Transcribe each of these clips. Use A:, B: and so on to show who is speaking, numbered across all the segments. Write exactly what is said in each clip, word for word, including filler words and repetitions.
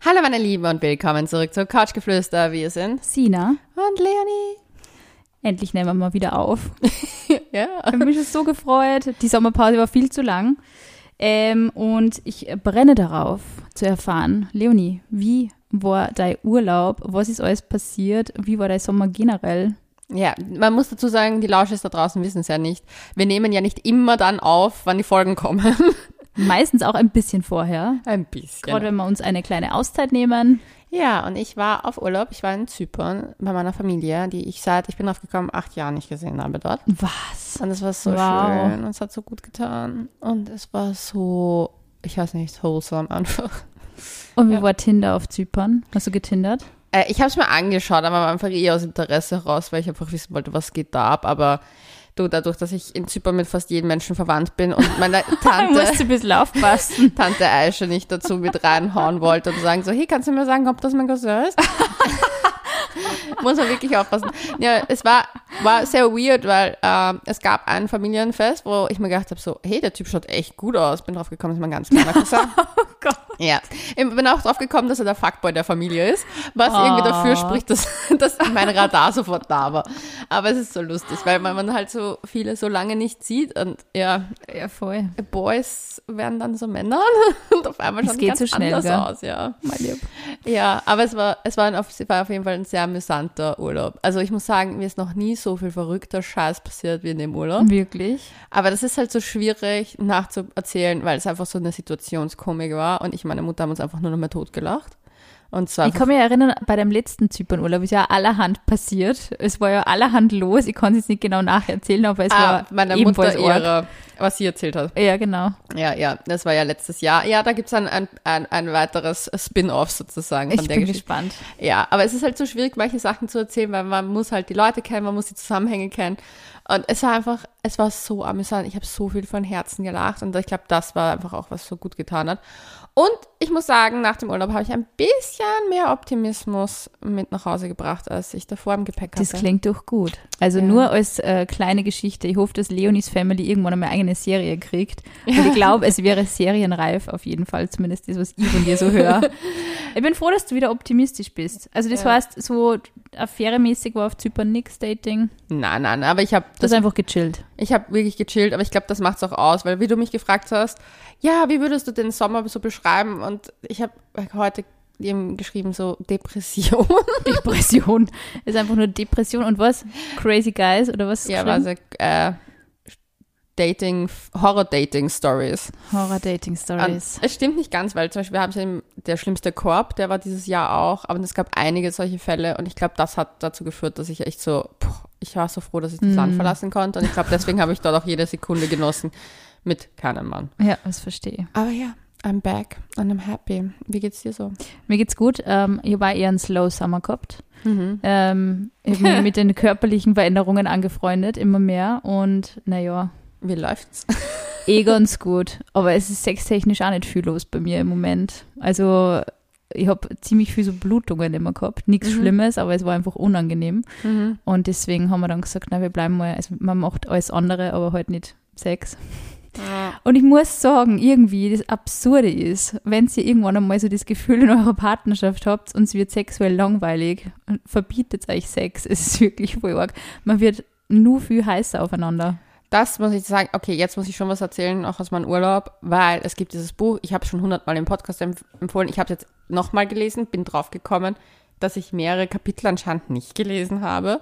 A: Hallo meine Lieben und willkommen zurück zu Couchgeflüster. Wir sind
B: Sina
A: und Leonie.
B: Endlich nehmen wir mal wieder auf.
A: Ja.
B: Ich habe mich schon so gefreut. Die Sommerpause war viel zu lang. Ähm, und ich brenne darauf zu erfahren, Leonie, wie war dein Urlaub? Was ist alles passiert? Wie war dein Sommer generell?
A: Ja, man muss dazu sagen, die Lauschis da draußen wissen es ja nicht. Wir nehmen ja nicht immer dann auf, wann die Folgen kommen.
B: Meistens auch ein bisschen vorher.
A: Ein bisschen.
B: Gerade wenn wir uns eine kleine Auszeit nehmen.
A: Ja, und ich war auf Urlaub. Ich war in Zypern bei meiner Familie, die ich seit, ich bin drauf gekommen, acht Jahren nicht gesehen habe dort.
B: Was?
A: Und es war so
B: Wow.
A: schön und es hat so gut getan. Und es war so, ich weiß nicht, wholesome einfach.
B: Und wie
A: Ja.
B: war Tinder auf Zypern? Hast du getindert?
A: Äh, ich habe es mir angeschaut, aber einfach eher aus Interesse heraus, weil ich einfach wissen wollte, was geht da ab. Aber du, dadurch, dass ich in Zypern mit fast jedem Menschen verwandt bin und meine
B: Da musst
A: Tante,
B: du ein bisschen aufpassen.
A: Tante Aisha nicht dazu mit reinhauen wollte und sagen so, hey, kannst du mir sagen, ob das mein Cousin ist? Muss man wirklich aufpassen. Ja, es war, war sehr weird, weil äh, es gab ein Familienfest, wo ich mir gedacht habe, so, hey, der Typ schaut echt gut aus. Bin drauf gekommen, das ist mein ganz kleiner Cousin.
B: Oh Gott.
A: Ja, ich bin auch drauf gekommen, dass er der Fuckboy der Familie ist, was
B: Oh.
A: irgendwie dafür spricht, dass, dass mein Radar sofort da war. Aber es ist so lustig, weil man, man halt so viele so lange nicht sieht und ja,
B: Ja, voll.
A: Boys werden dann so Männer und auf einmal
B: Es
A: schaut
B: geht
A: ganz
B: so schnell,
A: anders
B: gell?
A: aus, ja.
B: Mein Lieb.
A: Ja, aber es war, es war, ein, auf- es war auf jeden Fall ein sehr amüsanter Urlaub. Also ich muss sagen, mir ist noch nie so viel verrückter Scheiß passiert wie in dem Urlaub.
B: Wirklich?
A: Aber das ist halt so schwierig nachzuerzählen, weil es einfach so eine Situationskomik war und ich und meine Mutter haben uns einfach nur noch mehr totgelacht. Und zwar
B: Ich kann mich erinnern, bei dem letzten Zypernurlaub ist ja allerhand passiert. Es war ja allerhand los. Ich kann es jetzt nicht genau nacherzählen, aber es
A: ah,
B: war
A: meiner Mutter
B: ebenfalls arg.
A: ihre, was sie erzählt hat.
B: Ja, genau.
A: Ja, ja, das war ja letztes Jahr. Ja, da gibt's ein, ein, ein, ein weiteres Spin-off sozusagen von
B: Ich
A: der
B: bin
A: Geschichte.
B: gespannt.
A: Ja, aber es ist halt so schwierig, manche Sachen zu erzählen, weil man muss halt die Leute kennen, man muss die Zusammenhänge kennen. Und es war einfach, es war so amüsant. Ich habe so viel von Herzen gelacht und ich glaube, das war einfach auch, was so gut getan hat. Und ich muss sagen, nach dem Urlaub habe ich ein bisschen mehr Optimismus mit nach Hause gebracht, als ich davor im Gepäck hatte.
B: Das klingt doch gut. Also
A: Ja.
B: nur als äh, kleine Geschichte. Ich hoffe, dass Leonis Family irgendwann einmal eine eigene Serie kriegt. Und ich glaube, es wäre serienreif auf jeden Fall. Zumindest das, was ich von dir so höre. Ich bin froh, dass du wieder optimistisch bist. Also das
A: Ja.
B: heißt, so affäremäßig war auf Zypern nix Dating.
A: Nein, nein, aber ich habe
B: Das ist einfach gechillt.
A: Ich habe wirklich gechillt, aber ich glaube, das macht's auch aus, weil wie du mich gefragt hast, ja, wie würdest du den Sommer so beschreiben? Und ich habe heute ihm geschrieben, so Depression.
B: Depression. Das ist einfach nur Depression. Und was? Crazy Guys oder was?
A: Ja, also äh, Dating, Horror-Dating-Stories.
B: Horror-Dating-Stories.
A: Es stimmt nicht ganz, weil zum Beispiel wir haben eben der schlimmste Korb, der war dieses Jahr auch, aber es gab einige solche Fälle und ich glaube, das hat dazu geführt, dass ich echt so, puh, ich war so froh, dass ich das
B: Mm.
A: Land verlassen konnte und ich glaube, deswegen habe ich dort auch jede Sekunde genossen mit keinem Mann.
B: Ja, das verstehe ich.
A: Aber ja, I'm back and I'm happy. Wie geht's dir so?
B: Mir geht's gut. Ähm, ich habe eher einen Slow Summer gehabt.
A: Mhm.
B: Ähm, ich habe mich mit den körperlichen Veränderungen angefreundet, immer mehr. Und naja,
A: Wie läuft's?
B: eh ganz gut. Aber es ist sextechnisch auch nicht viel los bei mir im Moment. Also ich habe ziemlich viel so Blutungen immer gehabt. Nichts
A: Mhm.
B: Schlimmes, aber es war einfach unangenehm.
A: Mhm.
B: Und deswegen haben wir dann gesagt, na, wir bleiben mal, also man macht alles andere, aber halt nicht Sex. Und ich muss sagen, irgendwie das Absurde ist, wenn ihr irgendwann einmal so das Gefühl in eurer Partnerschaft habt und es wird sexuell langweilig, verbietet euch Sex. Es ist wirklich voll arg. Man wird nur viel heißer aufeinander.
A: Das muss ich sagen, okay, jetzt muss ich schon was erzählen, auch aus meinem Urlaub, weil es gibt dieses Buch, ich habe es schon hundertmal im Podcast empf- empfohlen, ich habe es jetzt nochmal gelesen, bin drauf gekommen, dass ich mehrere Kapitel anscheinend nicht gelesen habe.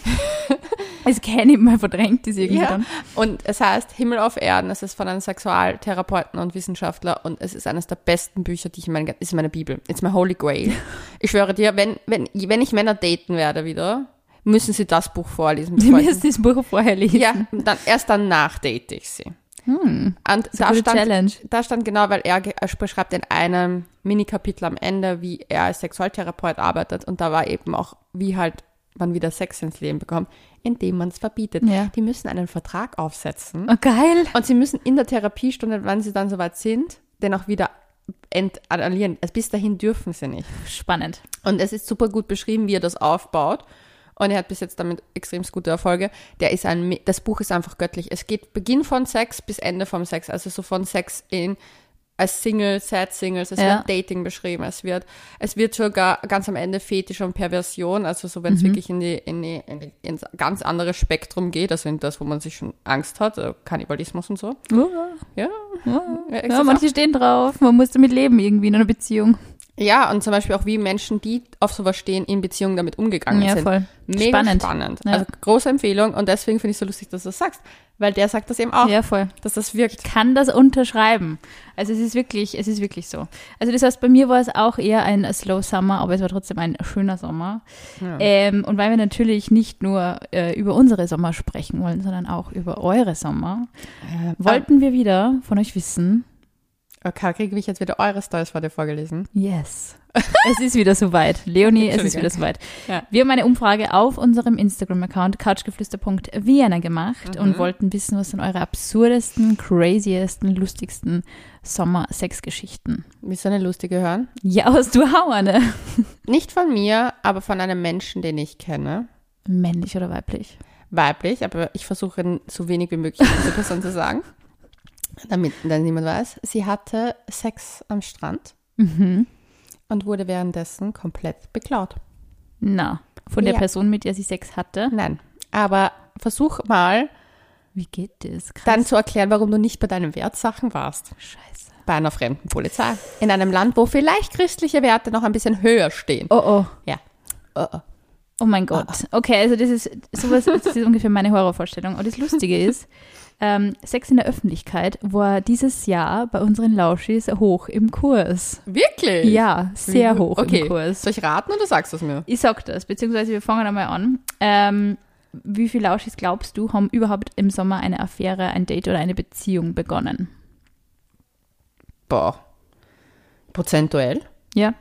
B: Es kenne ich mal verdrängt, ist irgendwie
A: Ja.
B: dann.
A: Und es heißt Himmel auf Erden, es ist von einem Sexualtherapeuten und Wissenschaftler und es ist eines der besten Bücher, die ich in meiner, ist meine Bibel. It's my holy grail. Ich schwöre dir, wenn, wenn, wenn ich Männer daten werde wieder, müssen sie das Buch vorlesen.
B: Sie
A: bevor ich-
B: müssen das Buch vorher lesen.
A: ja, dann, erst danach date ich sie.
B: Hm,
A: Und
B: das ist
A: da
B: eine gute
A: stand,
B: Challenge.
A: da stand genau, weil er ge- er beschreibt in einem Mini-Kapitel am Ende, wie er als Sexualtherapeut arbeitet und da war eben auch, wie halt man wieder Sex ins Leben bekommt, indem man es verbietet.
B: Ja.
A: Die müssen einen Vertrag aufsetzen
B: Oh, geil.
A: und sie müssen in der Therapiestunde, wenn sie dann soweit sind, den auch wieder entannullieren. Also bis dahin dürfen sie nicht.
B: Spannend.
A: Und es ist super gut beschrieben, wie er das aufbaut. Und er hat bis jetzt damit extrem gute Erfolge. Der ist ein, das Buch ist einfach göttlich. Es geht Beginn von Sex bis Ende vom Sex. Also so von Sex in als Single, Sad Singles, es
B: Ja.
A: wird Dating beschrieben, es wird, es wird sogar ganz am Ende Fetisch und Perversion, also so, wenn es
B: Mhm.
A: wirklich in die, in die, in die, ins ganz andere Spektrum geht, also in das, wo man sich schon Angst hat, äh, Kannibalismus und so.
B: Uh,
A: Ja,
B: ja,
A: ja, ich
B: ja
A: sag's
B: manche stehen drauf. Man muss damit leben irgendwie in einer Beziehung.
A: Ja, und zum Beispiel auch wie Menschen, die auf sowas stehen, in Beziehungen damit umgegangen
B: Ja,
A: sind.
B: voll.
A: Mega spannend.
B: Spannend. Ja.
A: Also große Empfehlung und deswegen finde ich es so lustig, dass du das sagst, weil der sagt das eben auch,
B: Ja, voll.
A: dass das wirkt.
B: Kann das unterschreiben. Also es ist wirklich, es ist wirklich so. Also das heißt, bei mir war es auch eher ein Slow Summer, aber es war trotzdem ein schöner Sommer.
A: Ja.
B: Ähm, und weil wir natürlich nicht nur äh, über unsere Sommer sprechen wollen, sondern auch über eure Sommer,
A: Äh,
B: wollten wir wieder von euch wissen,
A: Okay, kriege ich jetzt wieder eure Stories vor dir vorgelesen?
B: yes, es ist wieder soweit. Leonie, es ist
A: Entschuldige.
B: wieder soweit.
A: Ja.
B: Wir haben eine Umfrage auf unserem Instagram-Account couchgeflüster punkt vienna gemacht
A: Mhm.
B: und wollten wissen, was sind eure absurdesten, craziesten, lustigsten Sommer-Sex-Geschichten.
A: Willst du eine lustige hören?
B: Ja, hast du auch eine?
A: Nicht von mir, aber von einem Menschen, den ich kenne.
B: Männlich oder weiblich?
A: Weiblich, aber ich versuche so wenig wie möglich diese Person zu sagen, damit dann niemand weiß. Sie hatte Sex am Strand
B: Mhm.
A: und wurde währenddessen komplett beklaut.
B: Na, von der
A: Ja.
B: Person, mit der sie Sex hatte?
A: Nein, aber versuch mal
B: Wie geht das? Krass.
A: dann zu erklären, warum du nicht bei deinen Wertsachen warst.
B: Scheiße.
A: Bei einer fremden Polizei. In einem Land, wo vielleicht christliche Werte noch ein bisschen höher stehen.
B: Oh, oh.
A: Ja. Oh, oh.
B: Oh mein Gott. Okay, also das ist sowas, das ist ungefähr meine Horrorvorstellung. Und das Lustige ist, ähm, Sex in der Öffentlichkeit war dieses Jahr bei unseren Lauschis hoch im Kurs.
A: Wirklich?
B: Ja, sehr
A: Wie-
B: hoch
A: okay.
B: im Kurs.
A: Soll ich raten oder sagst du es mir?
B: Ich sag das, beziehungsweise wir fangen einmal an. Ähm, wie viele Lauschis glaubst du, haben überhaupt im Sommer eine Affäre, ein Date oder eine Beziehung begonnen?
A: Boah. Prozentuell?
B: Ja,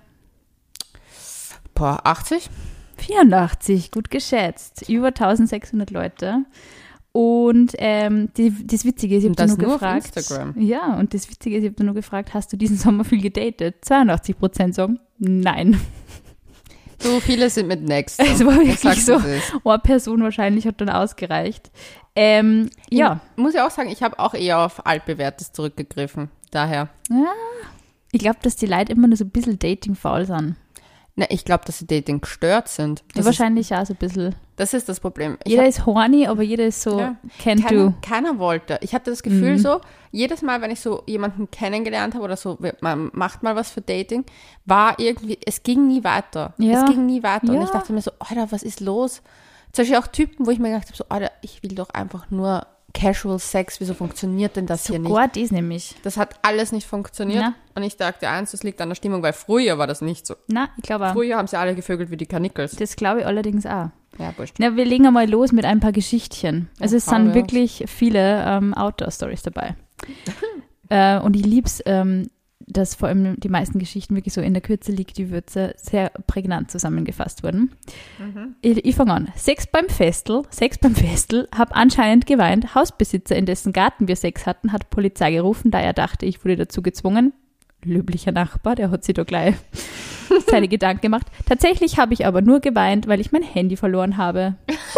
A: Boah, achtzig?
B: vierundachtzig, gut geschätzt. Über eintausendsechshundert Leute. Und ähm, die, das Witzige ist, ich
A: Und
B: habe
A: das
B: nur
A: nur auf
B: gefragt.
A: Instagram?
B: Ja, und das Witzige ist, ich habe nur gefragt, hast du diesen Sommer viel gedatet? zweiundachtzig Prozent sagen, nein.
A: So viele sind mit Next.
B: Es war
A: Ich
B: wirklich
A: sag's,
B: so.
A: wie es ist.
B: Eine Person wahrscheinlich hat dann ausgereicht. Ähm, ja,
A: Ich muss ja auch sagen, ich habe auch eher auf altbewährtes zurückgegriffen. Daher.
B: ich glaube, dass die Leute immer nur so ein bisschen dating-faul sind.
A: Na, ich glaube, dass sie Dating gestört sind.
B: Ja,
A: Das, ist,
B: wahrscheinlich auch so ein bisschen.
A: das ist das Problem. Ich
B: Jeder
A: hab,
B: ist horny, aber jeder ist so,
A: Ja.
B: can
A: keiner,
B: do.
A: keiner wollte. Ich hatte das Gefühl
B: Mhm.
A: so, jedes Mal, wenn ich so jemanden kennengelernt habe oder so, man macht mal was für Dating, war irgendwie, es ging nie weiter.
B: Ja.
A: Es ging nie weiter. Und
B: Ja.
A: ich dachte mir so, Alter, was ist los? Zum Beispiel auch Typen, wo ich mir gedacht habe, so, Alter, ich will doch einfach nur Casual Sex. Wieso funktioniert denn das hier nicht?
B: Sogar das nämlich.
A: Das hat alles nicht funktioniert.
B: Na.
A: Und ich dachte, eins, das liegt an der Stimmung, weil früher war das nicht so.
B: Na, ich glaube auch.
A: Früher haben sie alle gevögelt wie die Karnickels.
B: Das glaube ich allerdings auch.
A: Ja, wurscht.
B: Na, wir legen einmal los mit ein paar Geschichtchen. Also es
A: Ja,
B: sind
A: ja.
B: wirklich viele ähm, Outdoor-Stories dabei. äh, und ich lieb's, ähm, dass vor allem die meisten Geschichten wirklich so in der Kürze liegt die Würze sehr prägnant zusammengefasst wurden.
A: Mhm.
B: Ich, ich fange an. Sex beim Festel, Sex beim Festel, hab anscheinend geweint. Hausbesitzer, in dessen Garten wir Sex hatten, hat Polizei gerufen, da er dachte, ich wurde dazu gezwungen. Löblicher Nachbar, der hat sich da gleich seine Gedanken gemacht. Tatsächlich habe ich aber nur geweint, weil ich mein Handy verloren habe.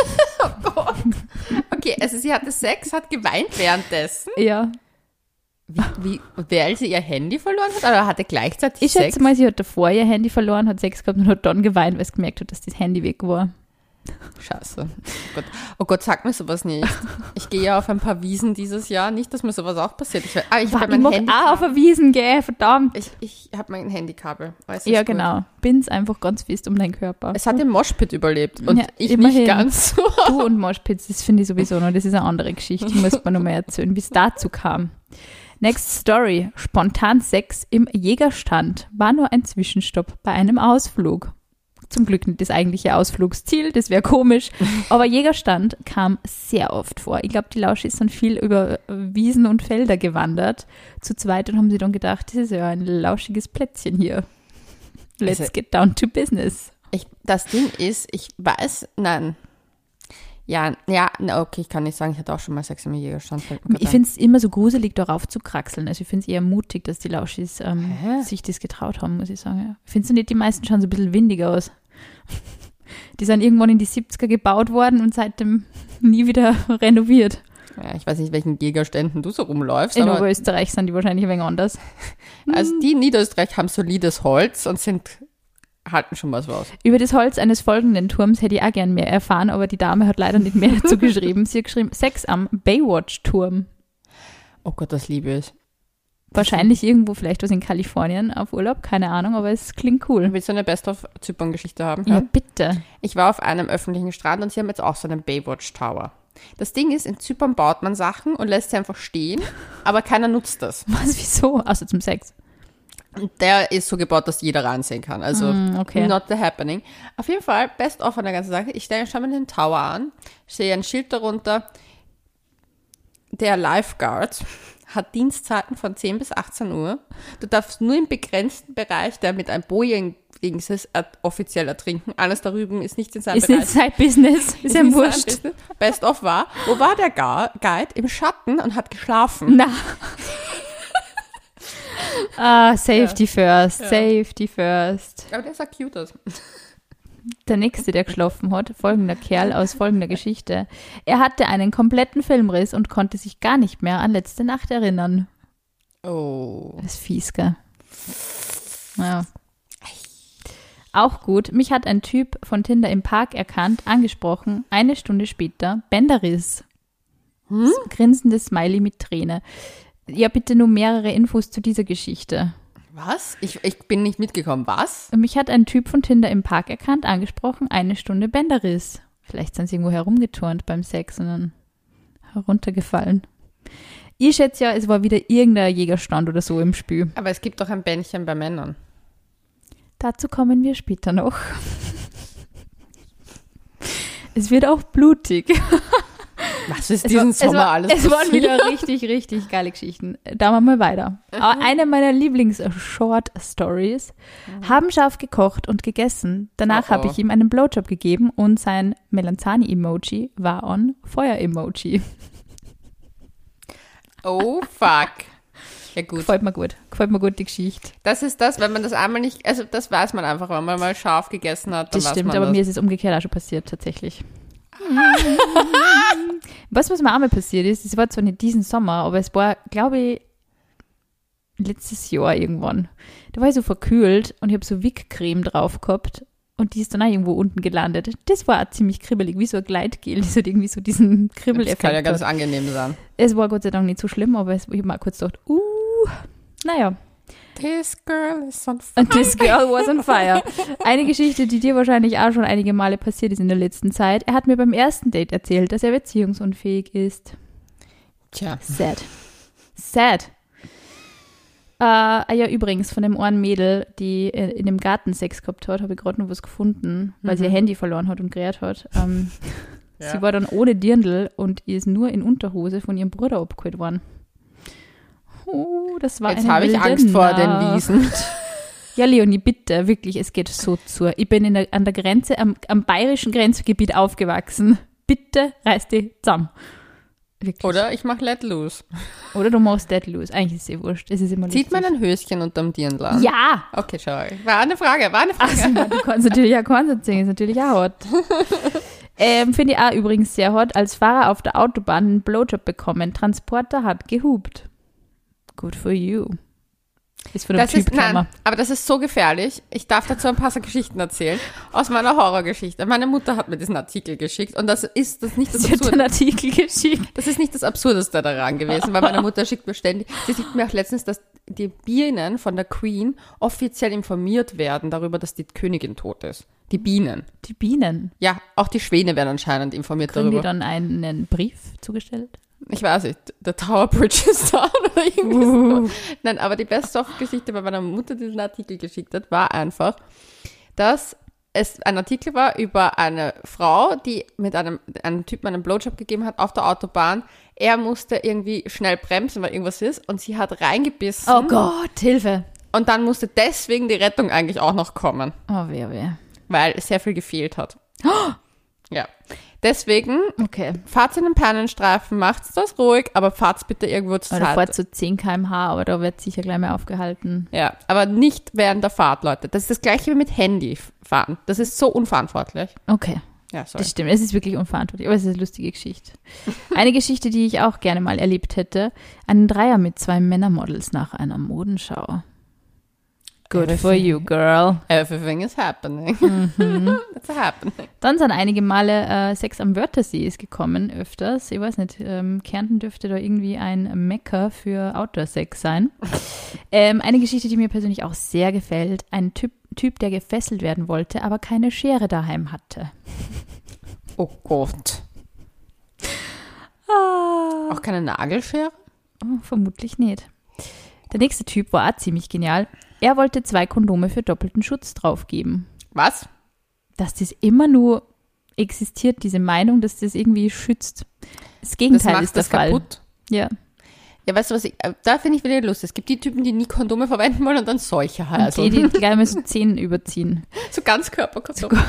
A: Okay, also sie hatte Sex, hat geweint währenddessen.
B: Ja.
A: Wie, wie, weil sie ihr Handy verloren hat oder hatte gleichzeitig
B: Ich
A: Sex?
B: schätze mal, sie hat davor ihr Handy verloren, hat Sex gehabt und hat dann geweint, weil sie gemerkt hat, dass das Handy weg war.
A: Scheiße. Oh Gott. oh Gott, sag mir sowas nicht. Ich gehe ja auf ein paar Wiesen dieses Jahr. Nicht, dass mir sowas auch passiert. Ich, ah, ich
B: War,
A: habe
B: ich
A: mein
B: mag
A: Handy.
B: auch auf eine Wiesen gehen, verdammt.
A: Ich, ich habe mein Handykabel. Alles
B: Ja,
A: ist gut.
B: genau. Bin's einfach ganz fest um deinen Körper.
A: Es hat den Moshpit überlebt und
B: Ja,
A: ich
B: immerhin.
A: nicht ganz so.
B: Du und Moshpits, das finde ich sowieso noch. Das ist eine andere Geschichte. Die muss man noch mal erzählen, wie es dazu kam. Next Story. Spontan Sex im Jägerstand. War nur ein Zwischenstopp bei einem Ausflug. Zum Glück nicht das eigentliche Ausflugsziel, das wäre komisch. Aber Jägerstand kam sehr oft vor. Ich glaube, die Lauschis sind viel über Wiesen und Felder gewandert. Zu zweit und haben sie dann gedacht, das ist ja ein lauschiges Plätzchen hier. Let's
A: Also-
B: get down to business.
A: Ich, das Ding ist, ich weiß, nein. Ja, ja, na, okay, ich kann nicht sagen, ich hatte auch schon mal Sex im Jägerstand. fällt mir
B: Ich
A: grad ein.
B: finde es immer so gruselig, darauf zu kraxeln. Also ich finde es eher mutig, dass die Lauschis ähm,
A: Hä?
B: sich das getraut haben, muss ich sagen. Ja. Findest du nicht, die meisten schauen so ein bisschen windig aus? Die sind irgendwann in die siebziger gebaut worden und seitdem nie wieder renoviert.
A: Ja, ich weiß nicht, welchen Jägerständen du so rumläufst.
B: In
A: aber
B: Oberösterreich sind die wahrscheinlich ein wenig anders.
A: Also die in Niederösterreich haben solides Holz und sind halten schon was aus.
B: Über das Holz eines folgenden Turms hätte ich auch gern mehr erfahren, aber die Dame hat leider nicht mehr dazu geschrieben. Sie hat geschrieben, Sex am Baywatch-Turm.
A: Oh Gott, das liebe ich.
B: Wahrscheinlich irgendwo, vielleicht was in Kalifornien auf Urlaub, keine Ahnung, aber es klingt cool.
A: Willst du eine Best-of-Zypern-Geschichte haben?
B: Ja, bitte.
A: Ich war auf einem öffentlichen Strand und sie haben jetzt auch so einen Baywatch-Tower. Das Ding ist, in Zypern baut man Sachen und lässt sie einfach stehen, aber keiner nutzt das.
B: Was, wieso? Außer zum Sex.
A: Und der ist so gebaut, dass jeder reinsehen kann. Also,
B: Mm, okay.
A: not the happening. Auf jeden Fall, best of an der ganzen Sache. Ich stelle schau mir den Tower an, sehe ein Schild darunter. Der Lifeguard hat Dienstzeiten von zehn bis achtzehn Uhr. Du darfst nur im begrenzten Bereich, der mit einem Bojen gegen ist, offiziell ertrinken. Alles darüber ist nicht in seinem
B: Ist
A: Bereich.
B: nicht sein Business. Ist ja
A: nicht sein
B: wurscht.
A: Business. Best of war, wo war der Ga- Guide? Im Schatten und hat geschlafen.
B: Na. Ah, Safety first,
A: Ja.
B: Safety first.
A: Aber der sah cute aus.
B: Der nächste, der geschlafen hat, folgender Kerl aus folgender Geschichte. Er hatte einen kompletten Filmriss und konnte sich gar nicht mehr an letzte Nacht erinnern.
A: Oh.
B: Das ist fies, gell? Ja. Auch gut, mich hat ein Typ von Tinder im Park erkannt, angesprochen, eine Stunde später, Bänderriss.
A: Hm?
B: Grinsendes Smiley mit Träne. Ja, bitte nur mehrere Infos zu dieser Geschichte.
A: Was? Ich, ich bin nicht mitgekommen. Was?
B: Mich hat ein Typ von Tinder im Park erkannt, angesprochen, eine Stunde Bänderriss. Vielleicht sind sie irgendwo herumgeturnt beim Sex und dann heruntergefallen. Ich schätze ja, es war wieder irgendein Jägerstand oder so im Spiel.
A: Aber es gibt doch ein Bändchen bei Männern.
B: Dazu kommen wir später noch. Es wird auch blutig.
A: Was ist
B: Es
A: diesen
B: war,
A: Sommer
B: es war,
A: alles
B: Es waren
A: passiert?
B: wieder richtig, richtig geile Geschichten. Da machen wir weiter. Aber eine meiner Lieblings-Short-Stories. Haben scharf gekocht und gegessen. Danach
A: Oh, oh.
B: habe ich ihm einen Blowjob gegeben und sein Melanzani-Emoji war on Feuer-Emoji.
A: Oh, fuck. Ja, gut.
B: Gefällt mir gut. Gefällt mir gut, die Geschichte.
A: Das ist das, wenn man das einmal nicht, also das weiß man einfach, wenn man mal scharf gegessen hat, dann
B: Das
A: weiß
B: stimmt,
A: man
B: aber
A: das.
B: mir ist es umgekehrt auch schon passiert, tatsächlich. Was, was mir auch mal passiert ist, es war zwar nicht diesen Sommer, aber es war, glaube ich, letztes Jahr irgendwann. Da war ich so verkühlt und ich habe so Wick-Creme drauf gehabt und die ist dann auch irgendwo unten gelandet. Das war auch ziemlich kribbelig, wie so ein Gleitgel, das hat irgendwie so diesen
A: Das
B: Kribbeleffekt.
A: kann ja ganz
B: hat.
A: angenehm sein.
B: Es war Gott sei Dank nicht so schlimm, aber es, ich habe mal kurz gedacht, uh, naja.
A: This girl is on fire.
B: And this girl was on fire. Eine Geschichte, die dir wahrscheinlich auch schon einige Male passiert ist in der letzten Zeit. Er hat mir beim ersten Date erzählt, dass er beziehungsunfähig ist.
A: Tja.
B: Sad. Sad. Äh, ah ja, übrigens, von dem einen Mädel, die in dem Garten Sex gehabt hat, habe ich gerade noch was gefunden, weil sie ihr Handy verloren hat und gerät hat. Ähm,
A: Ja.
B: Sie war dann ohne Dirndl und ist nur in Unterhose von ihrem Bruder abgeholt worden. Oh, das war
A: Jetzt
B: eine
A: habe ich
B: wilde
A: Angst vor den
B: Nacht.
A: Wiesen.
B: Ja, Leonie, bitte, wirklich, es geht so zu. Ich bin in der, an der Grenze, am, am bayerischen Grenzgebiet aufgewachsen. Bitte reiß dich zusammen. Wirklich.
A: Oder ich mache Let Loose.
B: Oder du machst Dead Loose. Eigentlich ist es eh wurscht. Es ist immer
A: Zieht man
B: lustig.
A: ein Höschen unterm Dirndl an?
B: Ja!
A: Okay, schau. War eine Frage, war eine Frage.
B: Also, du kannst natürlich auch Konzert singen, ist natürlich auch hot. ähm, Finde ich auch übrigens sehr hot. Als Fahrer auf der Autobahn einen Blowjob bekommen. Transporter hat gehupt. Good for you. Ist von dem
A: Das
B: Typ
A: ist, nein,
B: gekommen.
A: aber das ist so gefährlich. Ich darf dazu ein paar so Geschichten erzählen. Aus meiner Horrorgeschichte. Meine Mutter hat mir diesen Artikel geschickt und das ist das nicht das
B: Sie hat
A: Absurde.
B: einen Artikel geschickt.
A: Das ist nicht das Absurdeste daran gewesen, weil meine Mutter schickt mir ständig, sie schickt mir auch letztens, dass die Bienen von der Queen offiziell informiert werden darüber, dass die Königin tot ist. Die Bienen.
B: Die Bienen.
A: Ja, auch die Schwäne werden anscheinend informiert
B: Kriegen die
A: darüber.
B: dann einen Brief zugestellt?
A: Ich weiß nicht, der Tower Bridge ist down oder irgendwie
B: Uh.
A: so. Nein, aber die Best-of-Geschichte bei meiner Mutter, die diesen Artikel geschickt hat, war einfach, dass es ein Artikel war über eine Frau, die mit einem, einem Typen einen Blowjob gegeben hat auf der Autobahn. Er musste irgendwie schnell bremsen, weil irgendwas ist, und sie hat reingebissen.
B: Oh Gott, Hilfe.
A: Und dann musste deswegen die Rettung eigentlich auch noch kommen,
B: Oh, wer, wer.
A: weil sehr viel gefehlt hat. Ja. Deswegen,
B: Okay.
A: fahrt in den Pannenstreifen, macht's das ruhig, aber fahrt's bitte irgendwo zur
B: Oder
A: Seite.
B: fährt so zehn Kilometer pro Stunde, aber da wird sicher gleich mal aufgehalten.
A: Ja, aber nicht während der Fahrt, Leute. Das ist das gleiche wie mit Handy fahren. Das ist so unverantwortlich.
B: Okay.
A: Ja, sorry.
B: Das stimmt, es ist wirklich unverantwortlich, aber es ist eine lustige Geschichte. Eine Geschichte, die ich auch gerne mal erlebt hätte, einen Dreier mit zwei Männermodels nach einer Modenschau. Good
A: Everything.
B: for you, girl.
A: Everything is happening.
B: Mhm.
A: That's happening.
B: Dann sind einige Male äh, Sex am Wörthersee ist gekommen, öfters. Ich weiß nicht, ähm, Kärnten dürfte da irgendwie ein Mekka für Outdoor-Sex sein. ähm, eine Geschichte, die mir persönlich auch sehr gefällt. Ein Typ, typ, der gefesselt werden wollte, aber keine Schere daheim hatte.
A: Oh Gott.
B: Ah.
A: Auch keine Nagelschere?
B: Oh, vermutlich nicht. Der nächste Typ war auch ziemlich genial. Er wollte zwei Kondome für doppelten Schutz draufgeben.
A: Was?
B: Dass das immer nur existiert, diese Meinung, dass das irgendwie schützt. Das Gegenteil
A: das macht
B: ist der
A: das
B: Fall.
A: kaputt.
B: Ja.
A: Ja, weißt du was, ich, da finde ich wieder lustig. Es gibt die Typen, die nie Kondome verwenden wollen und dann solche halt.
B: Und die, die gleich mal so Zähne überziehen.
A: So Ganzkörperkondome.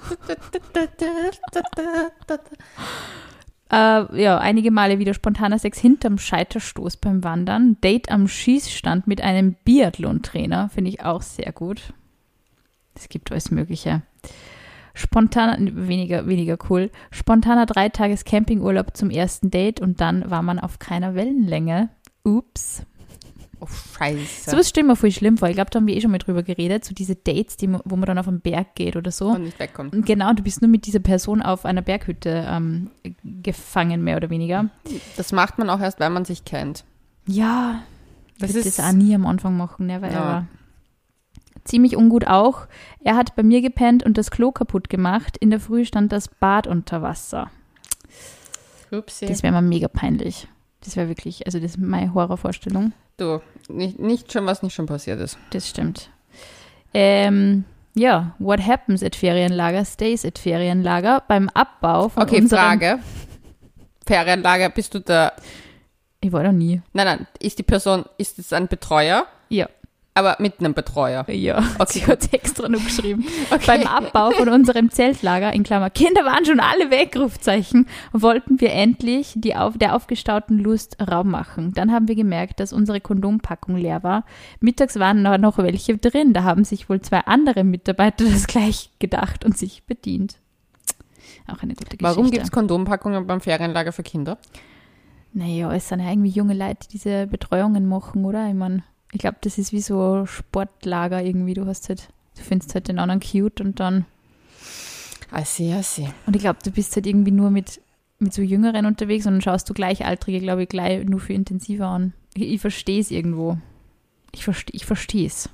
B: Äh, ja, einige Male wieder spontaner Sex hinterm Scheiterstoß beim Wandern. Date am Schießstand mit einem Biathlon-Trainer, finde ich auch sehr gut. Es gibt alles Mögliche. Spontaner, weniger, weniger cool. Spontaner Dreitages-Campingurlaub zum ersten Date und dann war man auf keiner Wellenlänge. Ups.
A: Oh, scheiße.
B: So was stelle ich mir voll schlimm vor. Ich glaube, da haben wir eh schon mal drüber geredet. So diese Dates, die, wo man dann auf den Berg geht oder so.
A: Und nicht wegkommt.
B: Und genau, du bist nur mit dieser Person auf einer Berghütte ähm, gefangen, mehr oder weniger.
A: Das macht man auch erst, weil man sich kennt.
B: Ja,
A: Das
B: ich würde
A: ist-
B: das auch nie am Anfang machen, never
A: Ja.
B: ever. Ziemlich ungut auch. Er hat bei mir gepennt und das Klo kaputt gemacht. In der Früh stand das Bad unter Wasser.
A: Upsi.
B: Das wäre mir mega peinlich. Das wäre wirklich, also das ist meine Horrorvorstellung.
A: Du, nicht, nicht schon, was nicht schon passiert ist.
B: Das stimmt. Ähm, ja, what happens at Ferienlager stays at Ferienlager. Beim Abbau von
A: Okay,
B: unserem...
A: Frage. Ferienlager, bist du da?
B: Ich war da nie.
A: Nein, nein, ist die Person, ist es ein Betreuer?
B: Ja.
A: Aber mit einem Betreuer?
B: Ja,
A: Okay,
B: sie hat es extra noch geschrieben.
A: Okay.
B: Beim Abbau von unserem Zeltlager, in Klammer, Kinder waren schon alle weg, Rufzeichen, wollten wir endlich die auf, der aufgestauten Lust Raum machen. Dann haben wir gemerkt, dass unsere Kondompackung leer war. Mittags waren noch welche drin. Da haben sich wohl zwei andere Mitarbeiter das gleich gedacht und sich bedient. Auch eine gute Geschichte.
A: Warum gibt es Kondompackungen beim Ferienlager für Kinder?
B: Naja, es sind ja irgendwie junge Leute, die diese Betreuungen machen, oder? Ich meine, ich glaube, das ist wie so Sportlager irgendwie. Du hast halt, du findest halt den anderen cute und dann.
A: I see, I see.
B: Und ich glaube, du bist halt irgendwie nur mit, mit so Jüngeren unterwegs und dann schaust du Gleichaltrige, glaube ich, gleich nur für intensiver an. Ich, ich verstehe es irgendwo. Ich verstehe ich verstehe es.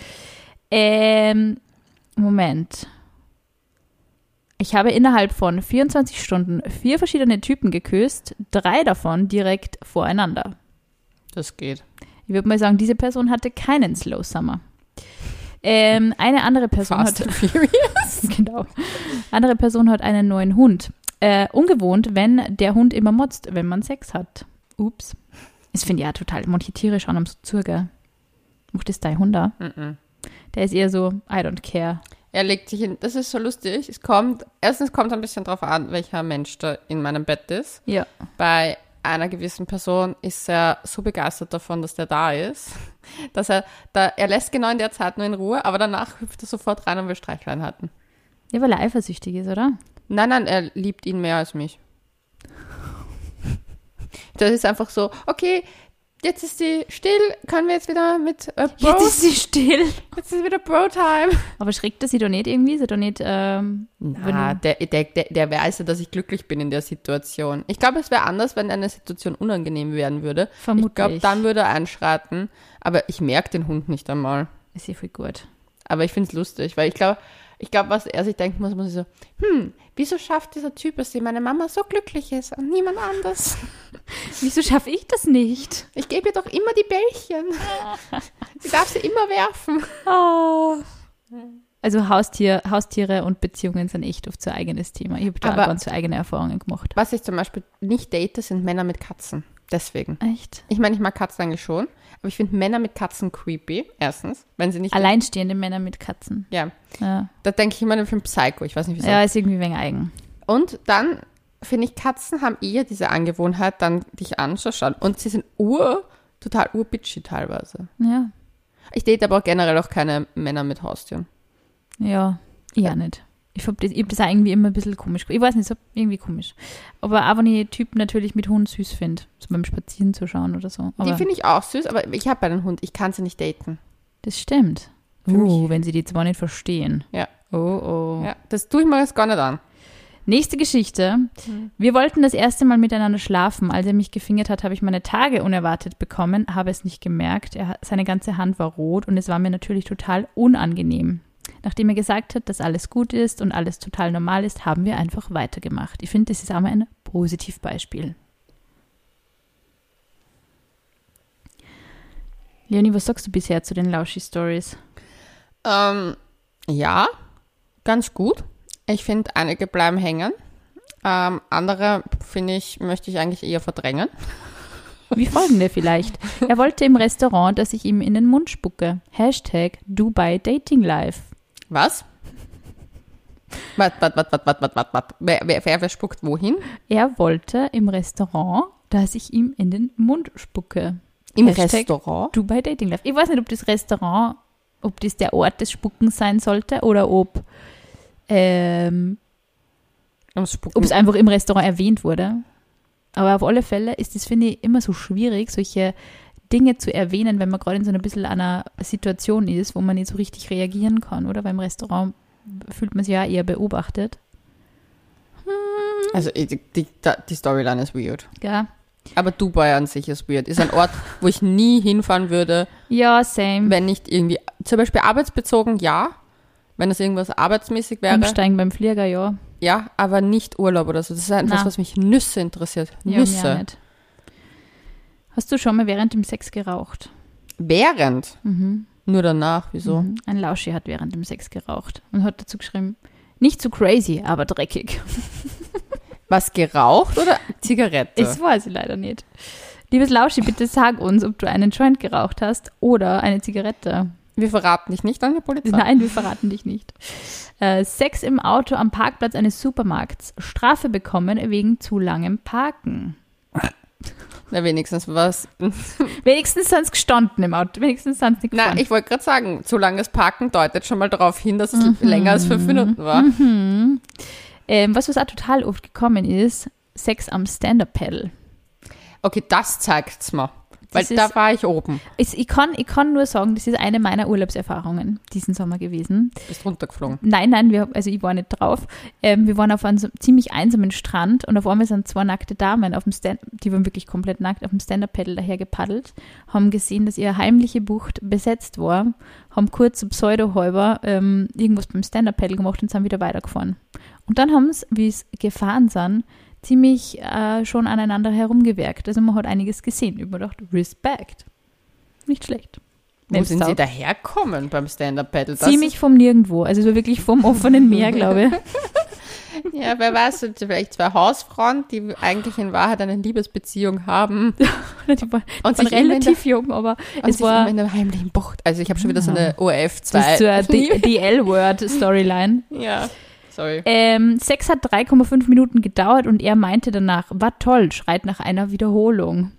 B: Ähm, Moment. Ich habe innerhalb von vierundzwanzig Stunden vier verschiedene Typen geküsst, drei davon direkt voreinander.
A: Das geht.
B: Ich würde mal sagen, diese Person hatte keinen Slow Summer. Ähm, eine andere Person
A: Fast
B: hat
A: and Furious.
B: genau. Andere Person hat einen neuen Hund. Äh, ungewohnt, wenn der Hund immer motzt, wenn man Sex hat. Ups. Das finde ich ja total. Manche Tiere schauen am so zu, gell? Macht das dein Hund auch?
A: Mm-mm.
B: Der ist eher so, I don't care.
A: Er legt sich in, das ist so lustig. Es kommt, erstens kommt es ein bisschen drauf an, welcher Mensch da in meinem Bett ist.
B: Ja.
A: Bei einer gewissen Person ist er so begeistert davon, dass der da ist, dass er, da, er lässt genau in der Zeit nur in Ruhe, aber danach hüpft er sofort rein und will Streichlein halten.
B: Ja, weil er eifersüchtig ist, oder?
A: Nein, nein, er liebt ihn mehr als mich. Das ist einfach so, okay, jetzt ist sie still, können wir jetzt wieder mit äh, Bro,
B: Jetzt ist sie still.
A: jetzt ist wieder Bro-Time.
B: Aber schreckt er sie doch nicht irgendwie? Ist er doch nicht, ähm,
A: Na,
B: wenn
A: der, der, der, der weiß ja, dass ich glücklich bin in der Situation. Ich glaube, es wäre anders, wenn eine Situation unangenehm werden würde.
B: Vermutlich.
A: Ich glaube, dann würde er einschreiten, aber ich merke den Hund nicht einmal.
B: ist sie voll gut.
A: Aber ich finde es lustig, weil ich glaube, ich glaube, was er sich denken muss, muss ich so, hm, wieso schafft dieser Typ es, dass meine Mama so glücklich ist und niemand anders?
B: Wieso schaffe ich das nicht?
A: Ich gebe ihr doch immer die Bällchen. Sie darf sie immer werfen.
B: Oh. Also Haustier, Haustiere und Beziehungen sind echt oft so ein eigenes Thema. Ich habe da
A: Aber-
B: auch ganz so eigene Erfahrungen gemacht.
A: Was ich zum Beispiel nicht date, sind Männer mit Katzen. Deswegen.
B: Echt?
A: Ich meine, ich mag Katzen eigentlich schon, aber ich finde Männer mit Katzen creepy. Erstens, wenn sie nicht...
B: Alleinstehende Männer mit Katzen.
A: Ja,
B: Ja,
A: da denke ich immer an den Film Psycho. Ich weiß nicht, wieso.
B: ja ist irgendwie ein wenig eigen.
A: Und dann finde ich, Katzen haben eher diese Angewohnheit, dann dich anzuschauen. Und sie sind ur, total urbitchy teilweise.
B: Ja,
A: Ich date aber auch generell auch keine Männer mit Haustieren.
B: ja, ja nicht. Ich habe das, ich hab das auch irgendwie immer ein bisschen komisch. Ich weiß nicht, so irgendwie komisch. Aber auch wenn ich Typen natürlich mit Hund süß finde, so beim Spazieren zu schauen oder so. Aber
A: Die finde ich auch süß, aber ich habe einen Hund, ich kann sie nicht daten.
B: das stimmt.
A: Für
B: Uh,
A: mich.
B: wenn sie die zwar nicht verstehen.
A: Ja.
B: Oh, oh.
A: Ja, das tue ich mir jetzt gar nicht an.
B: Nächste Geschichte.
A: Mhm.
B: Wir wollten das erste Mal miteinander schlafen. Als er mich gefingert hat, habe ich meine Tage unerwartet bekommen, habe es nicht gemerkt. Er, hat- seine ganze Hand war rot und es war mir natürlich total unangenehm. Nachdem er gesagt hat, dass alles gut ist und alles total normal ist, haben wir einfach weitergemacht. Ich finde, das ist auch mal ein Positivbeispiel. Leonie, was sagst du bisher zu den Lauschi-Stories?
A: Ähm, ja, ganz gut. Ich finde, einige bleiben hängen. Ähm, andere, finde ich, möchte ich eigentlich eher verdrängen.
B: Wie folgende vielleicht. Er wollte im Restaurant, dass ich ihm in den Mund spucke. Hashtag Dubai Dating Life.
A: Was? Warte, warte, warte, warte, warte, warte, warte. Wer, wer, wer, wer spuckt wohin?
B: Er wollte im Restaurant, dass ich ihm in den Mund spucke.
A: Im
B: Hashtag
A: Restaurant?
B: Dubai Dating Life. Ich weiß nicht, ob das Restaurant, ob das der Ort des Spuckens sein sollte oder ob ähm,
A: Ums Spucken.
B: ob es einfach im Restaurant erwähnt wurde. Aber auf alle Fälle ist es, finde ich, immer so schwierig, solche Dinge zu erwähnen, wenn man gerade in so ein bisschen einer Situation ist, wo man nicht so richtig reagieren kann, oder? Weil im Restaurant fühlt man sich ja eher beobachtet.
A: Also die, die, die Storyline ist weird.
B: Ja,
A: Aber Dubai an sich ist weird. Ist ein Ort, wo ich nie hinfahren würde,
B: ja same.
A: wenn nicht irgendwie, zum Beispiel arbeitsbezogen, ja. Wenn das irgendwas arbeitsmäßig wäre,
B: Umsteigen beim Flieger, ja.
A: ja, aber nicht Urlaub oder so. Das ist etwas,
B: Na.
A: was mich Nüsse interessiert.
B: Ja,
A: Nüsse.
B: mir nicht. Hast du schon mal während dem Sex geraucht?
A: Während?
B: Mhm.
A: Nur danach, wieso?
B: Mhm. Ein Lauschi hat während dem Sex geraucht und hat dazu geschrieben, nicht zu crazy, aber dreckig.
A: Was, geraucht oder Zigarette?
B: Das weiß ich leider nicht. Liebes Lauschi, bitte sag uns, ob du einen Joint geraucht hast oder eine Zigarette.
A: Wir verraten dich nicht an die Polizei.
B: Nein, wir verraten dich nicht. Äh, Sex im Auto am Parkplatz eines Supermarkts. Strafe bekommen wegen zu langem Parken.
A: Na, wenigstens was.
B: Wenigstens sind sie gestanden im Auto. Wenigstens sind sie nicht gefahren.
A: Na, ich wollte gerade sagen, zu langes Parken deutet schon mal darauf hin, dass es länger als fünf Minuten war.
B: Mhm. Ähm, was was auch total oft gekommen ist, Sex am Stand-Up-Paddle.
A: Okay, das zeigt's mir. Weil
B: Das ist-
A: da war ich oben.
B: Ich, ich, kann, ich kann nur sagen, das ist eine meiner Urlaubserfahrungen diesen Sommer gewesen.
A: Bist runtergeflogen.
B: Nein, nein, wir, also ich war nicht drauf. Ähm, wir waren auf einem so ziemlich einsamen Strand und auf einmal sind zwei nackte Damen, auf dem Stand, die waren wirklich komplett nackt, auf dem Stand-Up-Paddle daher gepaddelt, haben gesehen, dass ihre heimliche Bucht besetzt war, haben kurz so pseudo-halber ähm, irgendwas beim Stand-Up-Paddle gemacht und sind wieder weitergefahren. Und dann haben sie, wie es gefahren sind, ziemlich äh, schon aneinander herumgewerkt. Also man hat einiges gesehen. Ich habe mir gedacht, Respekt. Nicht schlecht.
A: Wo
B: Wenn's
A: sind Sie
B: taugt.
A: daherkommen beim Stand-Up-Paddle? Das
B: Ziemlich vom Nirgendwo. Also es war wirklich vom offenen Meer, glaube ich.
A: Ist, ja, wer weiß, vielleicht zwei Hausfrauen, die eigentlich in Wahrheit eine Liebesbeziehung haben.
B: Die waren,
A: Und
B: die waren
A: sich immer in
B: relativ jung, aber
A: Und
B: es
A: sich
B: war
A: immer in einer heimlichen Bucht. Also ich habe schon wieder so eine O R F zwei.
B: das ist so die, die L-Word-Storyline.
A: Ja, sorry.
B: Ähm, Sex hat drei Komma fünf Minuten gedauert und er meinte danach, war toll, schreit nach einer Wiederholung.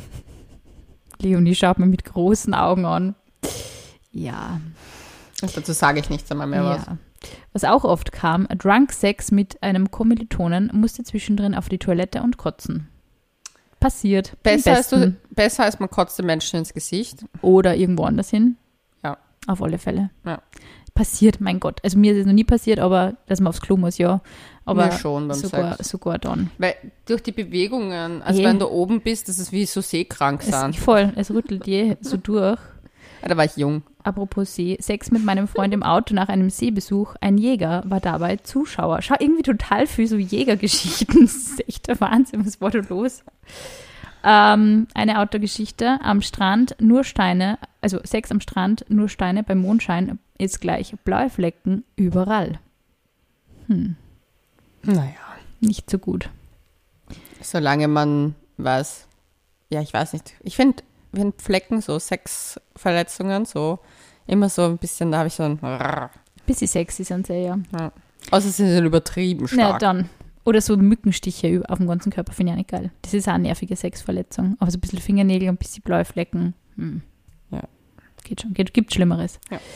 B: Leonie schaut mir mit großen Augen an. Ja.
A: Und dazu sage ich nichts einmal mehr was.
B: Ja. Was auch oft kam, Drunk Sex mit einem Kommilitonen, musste zwischendrin auf die Toilette und kotzen. Passiert.
A: Besser
B: Am
A: als, du,
B: besten.
A: besser als man kotzt den Menschen ins Gesicht.
B: Oder irgendwo anders hin.
A: Ja.
B: Auf alle Fälle.
A: Ja.
B: Passiert, mein Gott. Also mir ist es noch nie passiert, aber dass man aufs Klo muss, ja. Aber
A: Mir schon beim
B: sogar,
A: Sex.
B: sogar dann.
A: Weil durch die Bewegungen, also
B: Eh.
A: wenn du oben bist, das ist wie so seekrank
B: Es,
A: sein.
B: voll, es rüttelt je so durch.
A: Ja, da war ich jung.
B: Apropos See, Sex mit meinem Freund im Auto nach einem Seebesuch. Ein Jäger war dabei Zuschauer. Schau, irgendwie total viel so Jägergeschichten. Das ist echt der Wahnsinn. Was war da los? Ähm, eine Outdoor-Geschichte. Am Strand nur Steine, also Sex am Strand, nur Steine. Beim Mondschein ist gleich blaue Flecken überall. Hm,
A: Naja.
B: nicht so gut.
A: Solange man weiß, ja, ich weiß nicht. Ich finde, wenn Flecken, so Sexverletzungen, so immer so ein bisschen, da habe ich so ein
B: Bisschen sexy sind sie, ja.
A: ja. Außer sie sind übertrieben
B: Na
A: stark.
B: dann. Oder so Mückenstiche über- auf dem ganzen Körper, finde ich auch nicht geil. Das ist auch eine nervige Sexverletzung. Aber so ein bisschen Fingernägel und ein bisschen blaue Flecken. Hm.
A: Ja.
B: Geht schon. Geht, gibt Schlimmeres.
A: Ja.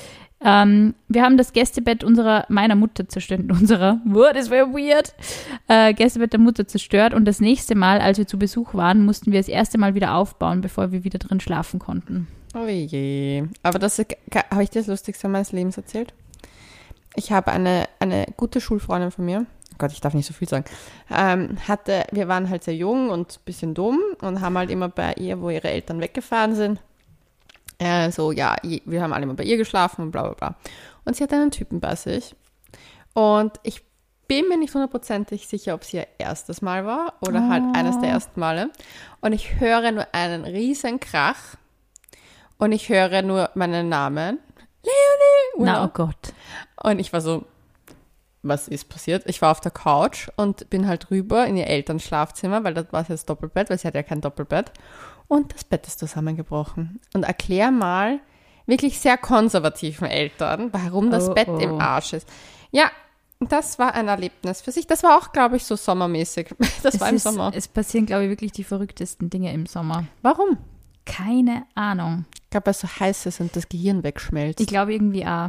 B: Ähm, wir haben das Gästebett unserer, meiner Mutter zerstört, unserer, wow, das wäre weird, äh, Gästebett der Mutter zerstört und das nächste Mal, als wir zu Besuch waren, mussten wir das erste Mal wieder aufbauen, bevor wir wieder drin schlafen konnten.
A: Oh je. Aber das ist, habe ich dir das Lustigste meines Lebens erzählt? Ich habe eine, eine gute Schulfreundin von mir, oh Gott, ich darf nicht so viel sagen, ähm, hatte, wir waren halt sehr jung und ein bisschen dumm und haben halt immer bei ihr, wo ihre Eltern weggefahren sind, äh, so, ja, wir haben alle immer bei ihr geschlafen und bla bla bla. Und sie hatte einen Typen bei sich und ich bin mir nicht hundertprozentig sicher, ob es ihr erstes Mal war oder oh. halt eines der ersten Male. Und ich höre nur einen riesen Krach und ich höre nur meinen Namen. Leonie!
B: Na, oh Gott.
A: Und ich war so, was ist passiert? Ich war auf der Couch und bin halt rüber in ihr Elternschlafzimmer, weil das war das Doppelbett, weil sie hat ja kein Doppelbett. Und das Bett ist zusammengebrochen. Und erklär mal wirklich sehr konservativen Eltern, warum das
B: oh,
A: Bett
B: oh.
A: im Arsch ist. Ja, das war ein Erlebnis für sich. Das war auch, glaube ich, so sommermäßig. Das
B: es
A: war im
B: ist,
A: Sommer.
B: Es passieren, glaube ich, wirklich die verrücktesten Dinge im Sommer.
A: Warum?
B: Keine Ahnung.
A: Ich glaube, weil es so heiß ist und das Gehirn wegschmelzt.
B: Ich glaube irgendwie auch.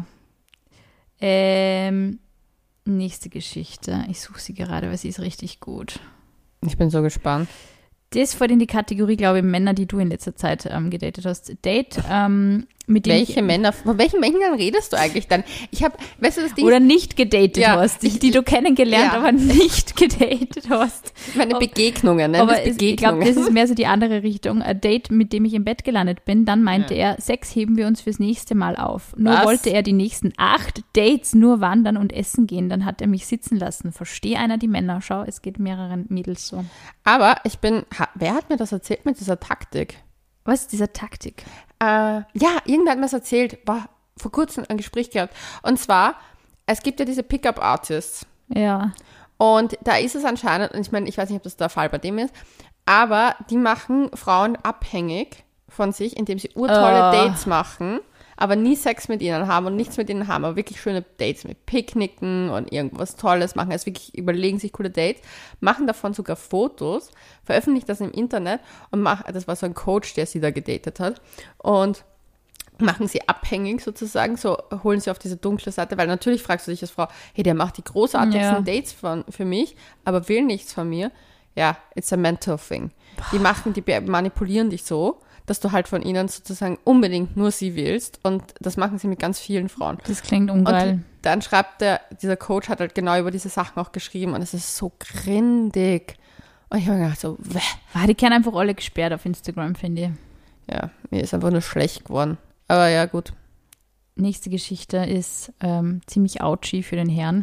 B: Ähm, nächste Geschichte. Ich suche sie gerade, weil sie ist richtig gut.
A: Ich bin so gespannt.
B: Das fällt in die Kategorie, glaube ich, Männer, die du in letzter Zeit ähm, gedatet hast. Date, ähm, mit denen
A: Welche
B: ich,
A: Männer, von welchen Männern redest du eigentlich dann? Ich habe, weißt du, das Ding
B: Oder nicht gedatet
A: ja,
B: hast, die,
A: ich,
B: die du kennengelernt,
A: ja.
B: aber nicht gedatet hast.
A: Meine
B: aber,
A: Begegnungen, ne?
B: Aber
A: das
B: es, ich glaube, das ist mehr so die andere Richtung. Ein Date, mit dem ich im Bett gelandet bin, dann meinte ja. er, Sex heben wir uns fürs nächste Mal auf. Nur
A: Was?
B: wollte er die nächsten acht Dates nur wandern und essen gehen. Dann hat er mich sitzen lassen. Verstehe einer die Männer. Schau, es geht mehreren Mädels so.
A: Aber ich bin, ha, wer hat mir das erzählt mit dieser Taktik?
B: Was ist diese Taktik?
A: Äh, ja, irgendwer hat mir das erzählt, war vor kurzem ein Gespräch gehabt. Und zwar, es gibt ja diese Pickup-Artists.
B: Ja.
A: Und da ist es anscheinend, und ich meine, ich weiß nicht, ob das der Fall bei dem ist, aber die machen Frauen abhängig von sich, indem sie urtolle
B: Oh.
A: Dates machen, aber nie Sex mit ihnen haben und nichts mit ihnen haben, aber wirklich schöne Dates mit Picknicken und irgendwas Tolles machen, also wirklich überlegen sich coole Dates, machen davon sogar Fotos, veröffentlichen das im Internet und machen, das war so ein Coach, der sie da gedatet hat und machen sie abhängig sozusagen, so holen sie auf diese dunkle Seite, weil natürlich fragst du dich als Frau, hey, der macht die großartigsten
B: Ja.
A: Dates von, für mich, aber will nichts von mir. Ja, it's a mental thing. Die machen, die manipulieren dich so, dass du halt von ihnen sozusagen unbedingt nur sie willst und das machen sie mit ganz vielen Frauen.
B: Das klingt ungeil.
A: Und dann schreibt der, dieser Coach hat halt genau über diese Sachen auch geschrieben und es ist so grindig. Und ich habe mir gedacht so, wäh.
B: Ah, die kennen einfach alle gesperrt auf Instagram, finde ich.
A: Ja, mir ist einfach nur schlecht geworden. Aber ja, gut.
B: Nächste Geschichte ist ähm, ziemlich ouchy für den Herrn.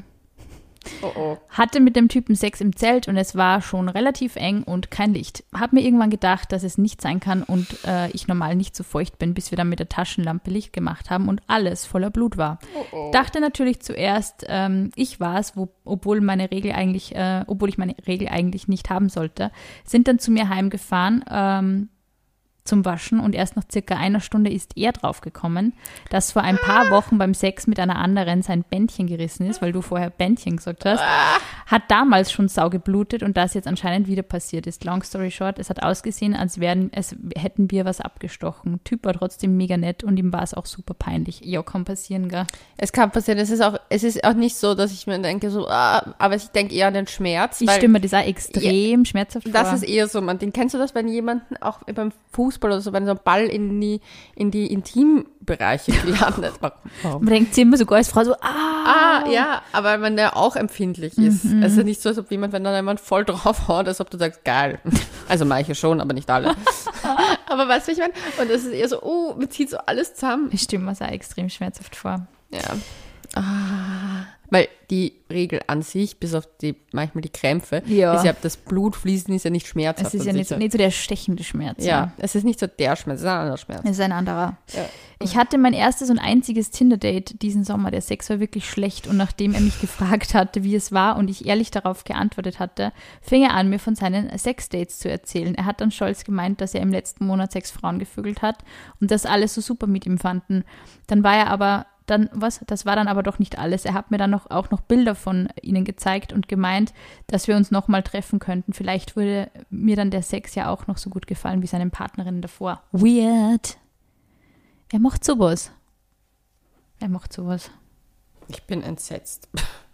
A: Oh oh.
B: Hatte mit dem Typen Sex im Zelt und es war schon relativ eng und kein Licht. Hab mir irgendwann gedacht, dass es nicht sein kann und äh, ich normal nicht so feucht bin, bis wir dann mit der Taschenlampe Licht gemacht haben und alles voller Blut war.
A: Oh oh.
B: Dachte natürlich zuerst, ähm, ich war es, wo, obwohl meine Regel eigentlich, äh, obwohl ich meine Regel eigentlich nicht haben sollte. Sind dann zu mir heimgefahren, ähm, zum Waschen und erst nach circa einer Stunde ist er draufgekommen, dass vor ein paar Wochen beim Sex mit einer anderen sein Bändchen gerissen ist, weil du vorher Bändchen gesagt hast, hat damals schon sau geblutet und das jetzt anscheinend wieder passiert ist. Long story short, es hat ausgesehen, als wären, es hätten wir was abgestochen. Typ war trotzdem mega nett und ihm war es auch super peinlich. Ja, kann passieren, gell?
A: Es kann passieren, es ist auch, es ist auch nicht so, dass ich mir denke so, ah, aber ich denke eher an den Schmerz.
B: Ich
A: weil
B: stimme das auch extrem ja, schmerzhaft
A: das
B: vor.
A: ist eher so, man, den kennst du das, wenn jemanden auch beim Fußball oder so, wenn so ein Ball in die, in die Intimbereiche gelandet.
B: Man denkt sich immer sogar als Frau so, ah.
A: Ah, ja, aber wenn der auch empfindlich ist.
B: Mhm.
A: Es ist nicht so, als ob jemand, wenn dann jemand voll drauf haut, als ob du sagst, geil. Also manche schon, aber nicht alle. Aber weißt du, wie ich meine? Und es ist eher so, oh, mir zieht so alles zusammen.
B: Ich stimme mir das auch extrem schmerzhaft vor.
A: Ja. Ah. Weil die Regel an sich, bis auf die manchmal die Krämpfe,
B: ja.
A: ist ja, das Blutfließen ist ja nicht schmerzhaft.
B: Es ist ja nicht so, nicht so der stechende Schmerz.
A: Ja,
B: ja,
A: es ist nicht so der Schmerz, es ist ein anderer Schmerz.
B: Es ist ein anderer.
A: Ja.
B: Ich hatte mein erstes und einziges Tinder-Date diesen Sommer. Der Sex war wirklich schlecht und nachdem er mich gefragt hatte, wie es war und ich ehrlich darauf geantwortet hatte, fing er an, mir von seinen Sex-Dates zu erzählen. Er hat dann stolz gemeint, dass er im letzten Monat sechs Frauen gevögelt hat und das alles so super mit ihm fanden. Dann war er aber Dann, was? Das war dann aber doch nicht alles. Er hat mir dann noch, auch noch Bilder von ihnen gezeigt und gemeint, dass wir uns nochmal treffen könnten. Vielleicht würde mir dann der Sex ja auch noch so gut gefallen wie seinen Partnerinnen davor. Weird. Wer macht sowas? Er macht sowas.
A: Ich bin entsetzt.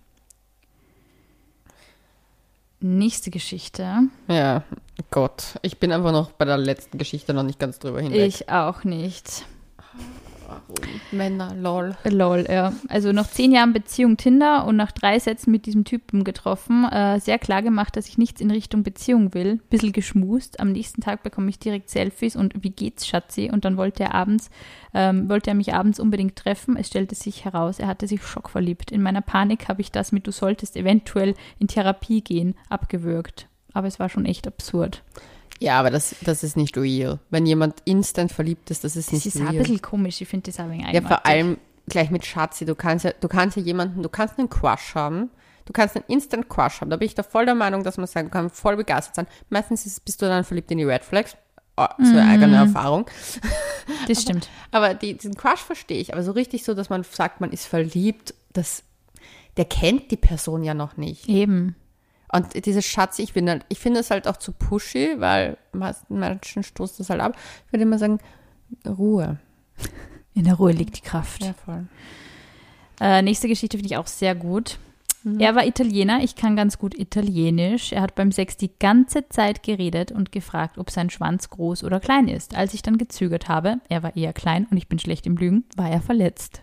B: Nächste Geschichte.
A: Ja, Gott. Ich bin einfach noch bei der letzten Geschichte noch nicht ganz drüber hinweg.
B: Ich auch nicht.
A: Männer, lol.
B: Lol, ja. Also nach zehn Jahren Beziehung Tinder und nach drei Sätzen mit diesem Typen getroffen, äh, sehr klar gemacht, dass ich nichts in Richtung Beziehung will. Bisschen geschmust. Am nächsten Tag bekomme ich direkt Selfies und wie geht's, Schatzi? Und dann wollte er abends, ähm, wollte er mich abends unbedingt treffen. Es stellte sich heraus, er hatte sich schockverliebt. In meiner Panik habe ich das mit du solltest eventuell in Therapie gehen abgewürgt. Aber es war schon echt absurd.
A: Ja, aber das, das ist nicht real. Wenn jemand instant verliebt ist, das ist
B: Das
A: nicht
B: ist
A: real.
B: auch ein bisschen komisch. Ich finde das auch ein wenig
A: Ja,
B: eigenartig.
A: vor allem gleich mit Schatzi. Du kannst ja, du kannst ja jemanden, du kannst einen Crush haben. Du kannst einen Instant Crush haben. Da bin ich da voll der Meinung, dass man sagen kann, voll begeistert sein. Meistens ist, bist du dann verliebt in die Red Flags. Oh, so eine
B: Mhm.
A: eigene Erfahrung.
B: Das stimmt.
A: Aber die, diesen Crush verstehe ich. Aber so richtig so, dass man sagt, man ist verliebt, das, der kennt die Person ja noch nicht.
B: Eben.
A: Und dieses Schatzi, ich finde halt, ich finde es halt auch zu pushy, weil meisten Menschen stoßen das halt ab. Ich würde immer sagen, Ruhe.
B: In der Ruhe liegt die Kraft.
A: Ja, voll.
B: Äh, nächste Geschichte finde ich auch sehr gut.
A: Mhm.
B: Er war Italiener, ich kann ganz gut Italienisch. Er hat beim Sex die ganze Zeit geredet und gefragt, ob sein Schwanz groß oder klein ist. Als ich dann gezögert habe, er war eher klein und ich bin schlecht im Lügen, war er verletzt.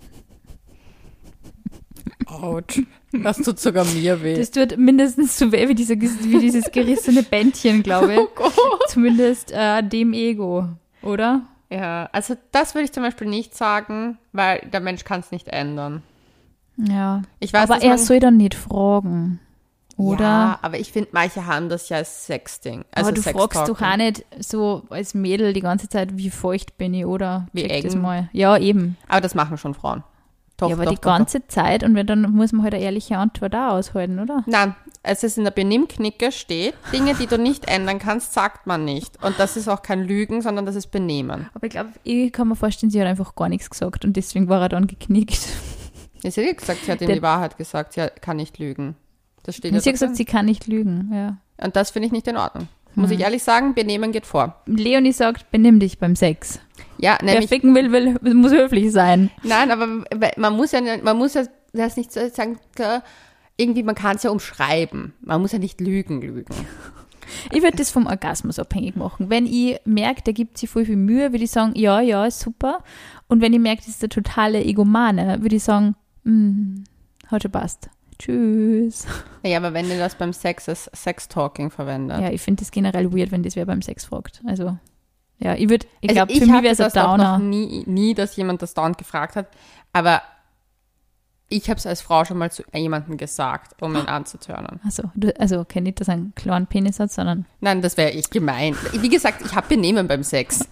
A: Autsch. Das tut sogar mir weh.
B: Das tut mindestens so weh wie, diese, wie dieses gerissene Bändchen, glaube ich.
A: Oh Gott.
B: Zumindest äh, dem Ego, oder?
A: Ja, also das würde ich zum Beispiel nicht sagen, weil der Mensch kann es nicht ändern.
B: Ja.
A: Ich weiß,
B: aber
A: dass
B: er
A: man,
B: soll dann nicht fragen, oder?
A: Ja, aber ich finde, manche haben das ja als Sexting. Also
B: aber du
A: Sextalking.
B: fragst doch auch nicht so als Mädel die ganze Zeit, wie feucht bin ich, oder?
A: Wie
B: Check das
A: eng.
B: mal. Ja, eben.
A: Aber das machen schon Frauen. Doch,
B: ja, aber
A: doch,
B: die
A: doch,
B: ganze Zeit und wenn, dann muss man halt eine ehrliche Antwort auch aushalten, oder?
A: doch. Nein, als es in der Benimmknicke steht, Dinge, die du nicht ändern kannst, sagt man nicht. Und das ist auch kein Lügen, sondern das ist Benehmen.
B: Aber ich glaube, ich kann mir vorstellen, sie hat einfach gar nichts gesagt und deswegen war er dann geknickt.
A: Sie hat ja gesagt, sie hat ihm
B: Der-
A: die Wahrheit gesagt, sie hat- kann nicht lügen. Das steht
B: Und
A: ja
B: sie hat
A: da
B: gesagt,
A: drin.
B: sie kann nicht lügen. Ja.
A: Und das finde ich nicht in Ordnung. Muss ich ehrlich sagen, Benehmen geht vor.
B: Leonie sagt, benimm dich beim Sex.
A: Ja,
B: Wer
A: nämlich,
B: ficken will, will, muss höflich sein.
A: nein, aber man muss ja, man muss ja das nicht so sagen, äh, irgendwie, man kann es ja umschreiben. Man muss ja nicht lügen, lügen.
B: Ich würde das vom Orgasmus abhängig machen. Wenn ich merke, der gibt sich voll viel Mühe, würde ich sagen, ja, ja, ist super. Und wenn ich merke, das ist der totale Egomane, würde ich sagen, mm, hat schon passt. Tschüss.
A: Ja, aber wenn ihr das beim Sex als Sex-Talking verwendet.
B: Ja, ich finde das generell weird, wenn das wer beim Sex fragt. Also, ja, ich würde, ich
A: Also
B: glaube,
A: ich
B: für mich
A: hatte
B: wäre es ein
A: das auch
B: Downer.
A: noch nie, nie, dass jemand das dauernd gefragt hat. Aber ich habe es als Frau schon mal zu jemandem gesagt, um ihn anzutörnen.
B: Also, du, also okay, nicht, dass er einen kleinen Penis hat, sondern
A: Nein, das wäre ich gemein. Wie gesagt, ich habe Benehmen beim Sex.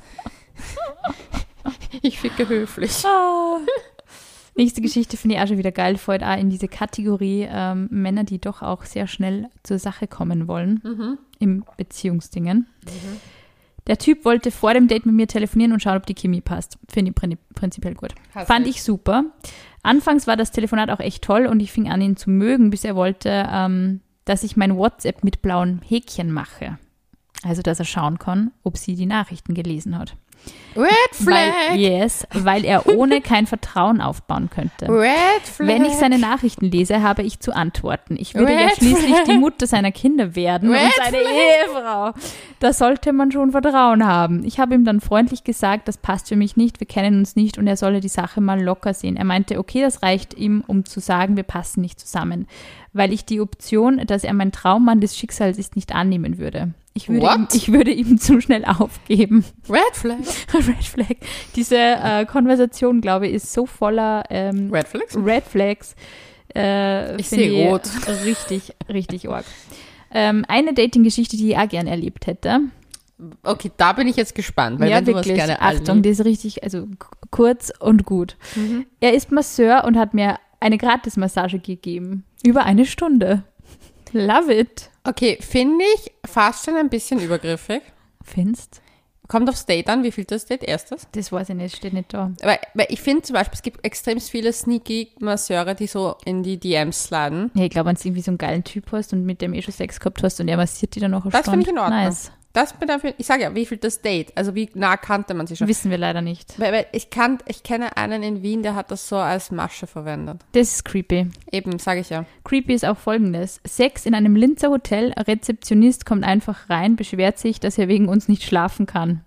A: Ich ficke höflich.
B: nächste Geschichte finde ich auch schon wieder geil, fällt auch in diese Kategorie ähm, Männer, die doch auch sehr schnell zur Sache kommen wollen
A: Mhm.
B: im Beziehungsdingen. Der Typ wollte vor dem Date mit mir telefonieren und schauen, ob die Chemie passt. Finde ich prin- prinzipiell gut.
A: Hasse
B: Fand
A: ich.
B: ich super. Anfangs war das Telefonat auch echt toll und ich fing an, ihn zu mögen, bis er wollte, ähm, dass ich mein WhatsApp mit blauen Häkchen mache. Also, dass er schauen kann, ob sie die Nachrichten gelesen hat.
A: Red Flag!
B: Weil, yes, weil er ohne kein Vertrauen aufbauen könnte.
A: Red Flag!
B: Wenn ich seine Nachrichten lese, habe ich zu antworten. Ich würde ja
A: Red
B: schließlich
A: Flag.
B: die Mutter seiner Kinder werden
A: Red
B: und seine Ehefrau. Da sollte man schon Vertrauen haben. Ich habe ihm dann freundlich gesagt, das passt für mich nicht, wir kennen uns nicht und er solle die Sache mal locker sehen. Er meinte, okay, das reicht ihm, um zu sagen, wir passen nicht zusammen, weil ich die Option, dass er mein Traummann des Schicksals ist, nicht annehmen würde. Ich würde, ihm,
A: What?
B: ich würde ihm zu schnell aufgeben.
A: Red Flag!
B: Red Flag. Diese äh, Konversation, glaube ich, ist so voller ähm,
A: Red Flags?
B: Red Flags. Äh,
A: Ich
B: finde
A: sehe rot.
B: Richtig, richtig arg. Ähm, eine Dating-Geschichte, die ich auch gern erlebt hätte.
A: Okay, da bin ich jetzt gespannt, weil
B: ja,
A: wenn du
B: wirklich.
A: was gerne
B: Achtung, das ist richtig, also k- kurz und gut.
A: Mhm.
B: Er ist Masseur und hat mir eine Gratismassage gegeben. Über eine Stunde. Love it.
A: Okay, finde ich fast schon ein bisschen übergriffig.
B: Findest?
A: Kommt aufs Date an, wie viel das Date erstes?
B: Das weiß ich nicht, steht nicht da.
A: Weil, weil ich finde zum Beispiel, es gibt extrem viele sneaky Masseure, die so in die D Ms sliden.
B: Ja, ich glaube, wenn du irgendwie so einen geilen Typ hast und mit dem eh schon Sex gehabt hast und er massiert die dann noch eine
A: Das
B: Stunde.
A: finde ich in Ordnung.
B: Nice.
A: Das bedeutet, ich sage ja, wie viel das Date, also wie nah kannte man sich schon.
B: Wissen wir leider nicht.
A: Weil, weil ich, kann, ich kenne einen in Wien, der hat das so als Masche verwendet.
B: Das ist creepy.
A: Eben, sage ich ja.
B: Creepy ist auch folgendes. Sex in einem Linzer Hotel, ein Rezeptionist kommt einfach rein, beschwert sich, dass er wegen uns nicht schlafen kann.